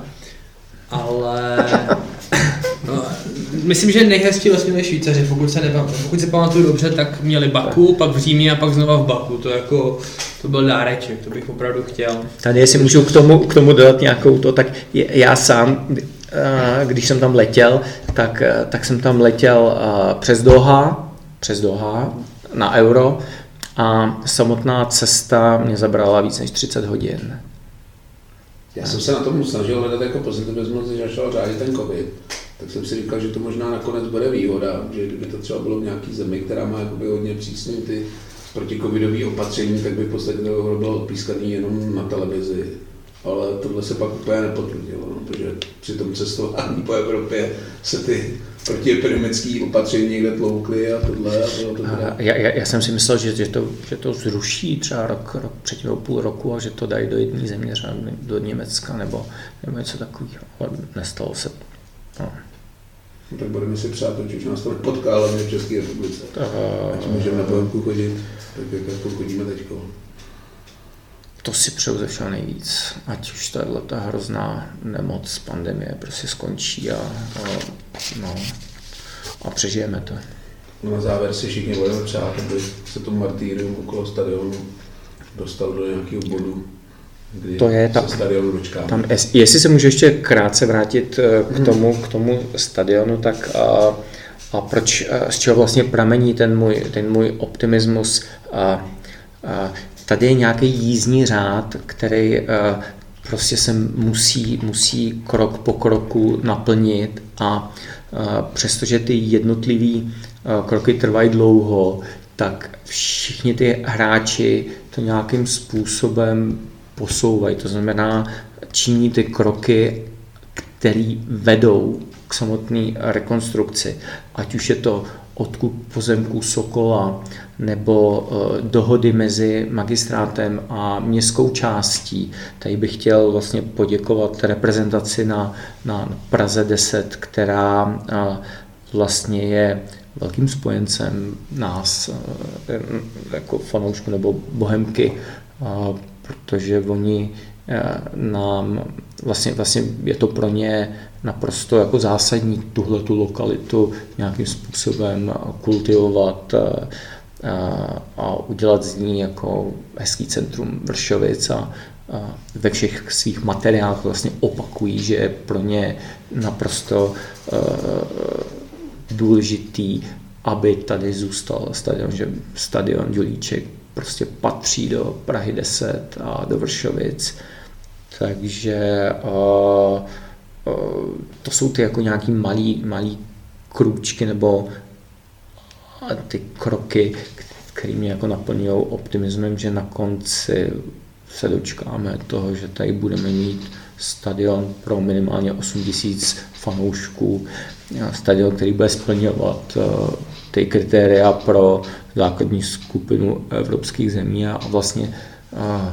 ale no, myslím, že nejhezčí vlastně byli Švýcaři, pokud se, nepam, pokud se pamatuju dobře, tak měli Baku, pak v Římě a pak znova v Baku, to jako, to byl dáreček, to bych opravdu chtěl. Tady jestli můžu k tomu, k tomu dodat nějakou to, tak já sám, když jsem tam letěl, tak, tak jsem tam letěl přes Doha, přes Doha na Euro a samotná cesta mě zabrala víc než třicet hodin. Já jsem se na tom snažil hledat jako pozitivismus, když začal řádit ten covid, tak jsem si říkal, že to možná nakonec bude výhoda, že kdyby to třeba bylo v nějaký zemi, která má jakoby hodně přísné ty protikovidové opatření, tak by v podstatě to bylo odpískaný jenom na televizi. Ale tohle se pak úplně nepotvrdilo, no, protože při tom cestování po Evropě se ty protiepidemické opatření někde tloukly a tohle. A bylo to a já, já, já jsem si myslel, že, že, to, že to zruší třeba rok, rok předtím půl roku a že to dají do jedné země, třeba do Německa nebo, nebo něco takového, ale nestalo se. No. No, tak budeme si přát, protože už nás to nepotká, ale v České republice. Uh, Ať můžeme na Bohemku chodit, tak jak jako chodíme teďko. To si přeju ze všeho nejvíc, ať už tahle ta hrozná nemoc, pandemie prostě skončí a, a, no, a přežijeme to. No na závěr si všichni budeme přát, aby se to martýrium okolo stadionu dostal do nějakého bodu, kdy to je se ta, stadionu dočkáme. Tam, jestli se můžu ještě krátce vrátit k tomu, k tomu stadionu, tak a, a proč, a z čeho vlastně pramení ten můj, ten můj optimismus. A, a, Tady je nějaký jízdní řád, který uh, prostě se musí, musí krok po kroku naplnit a uh, přestože ty jednotlivý uh, kroky trvají dlouho, tak všichni ty hráči to nějakým způsobem posouvají. To znamená, činí ty kroky, které vedou k samotné rekonstrukci. Ať už je to odkup pozemků Sokola nebo uh, dohody mezi magistrátem a městskou částí. Tady bych chtěl vlastně poděkovat reprezentaci na, na Praze deset, která uh, vlastně je velkým spojencem nás uh, jako fanoušků nebo Bohemky, uh, protože oni nám vlastně, vlastně je to pro ně naprosto jako zásadní tuhletu lokalitu nějakým způsobem kultivovat a, a udělat z ní jako hezký centrum Vršovic a, a ve všech svých materiálech vlastně opakují, že je pro ně naprosto uh, důležitý, aby tady zůstal stadion, že stadion Dělíček prostě patří do Prahy deset a do Vršovic. Takže uh, uh, to jsou ty jako nějaký malý, malý krůčky nebo ty kroky, které mě jako naplňují optimismem, že na konci se dočkáme toho, že tady budeme mít stadion pro minimálně osm tisíc fanoušků, stadion, který bude splňovat uh, ty kritéria pro základní skupinu evropských zemí a vlastně uh,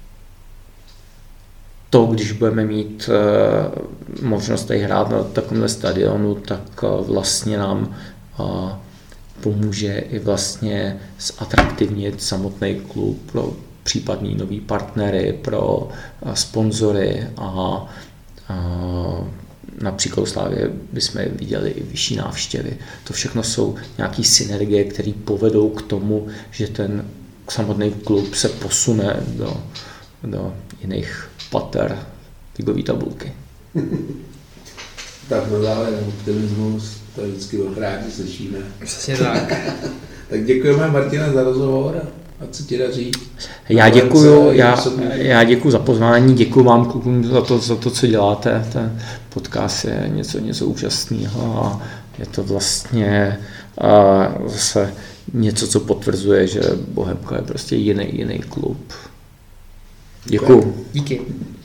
to, když budeme mít uh, možnost tady hrát na takovémhle stadionu, tak uh, vlastně nám uh, pomůže i vlastně zatraktivnit samotný klub pro případní nový partnery, pro uh, sponzory a uh, například v Slávě bychom viděli i vyšší návštěvy. To všechno jsou nějaké synergie, které povedou k tomu, že ten samotný klub se posune do, do jiných pater ligové tabulky. Tak na závěr optimismus, to je vždycky ochrání, slyšíme. Přesně tak. Tak děkujeme, Martine, za rozhovor a co ti daří. Já děkuju, já, já děkuju za pozvání, děkuju vám klukům za to, za to, co děláte. Ten podcast je něco, něco úžasného a je to vlastně a zase něco, co potvrzuje, že Bohemka je prostě jiný, jiný klub. Děkuju. Díky.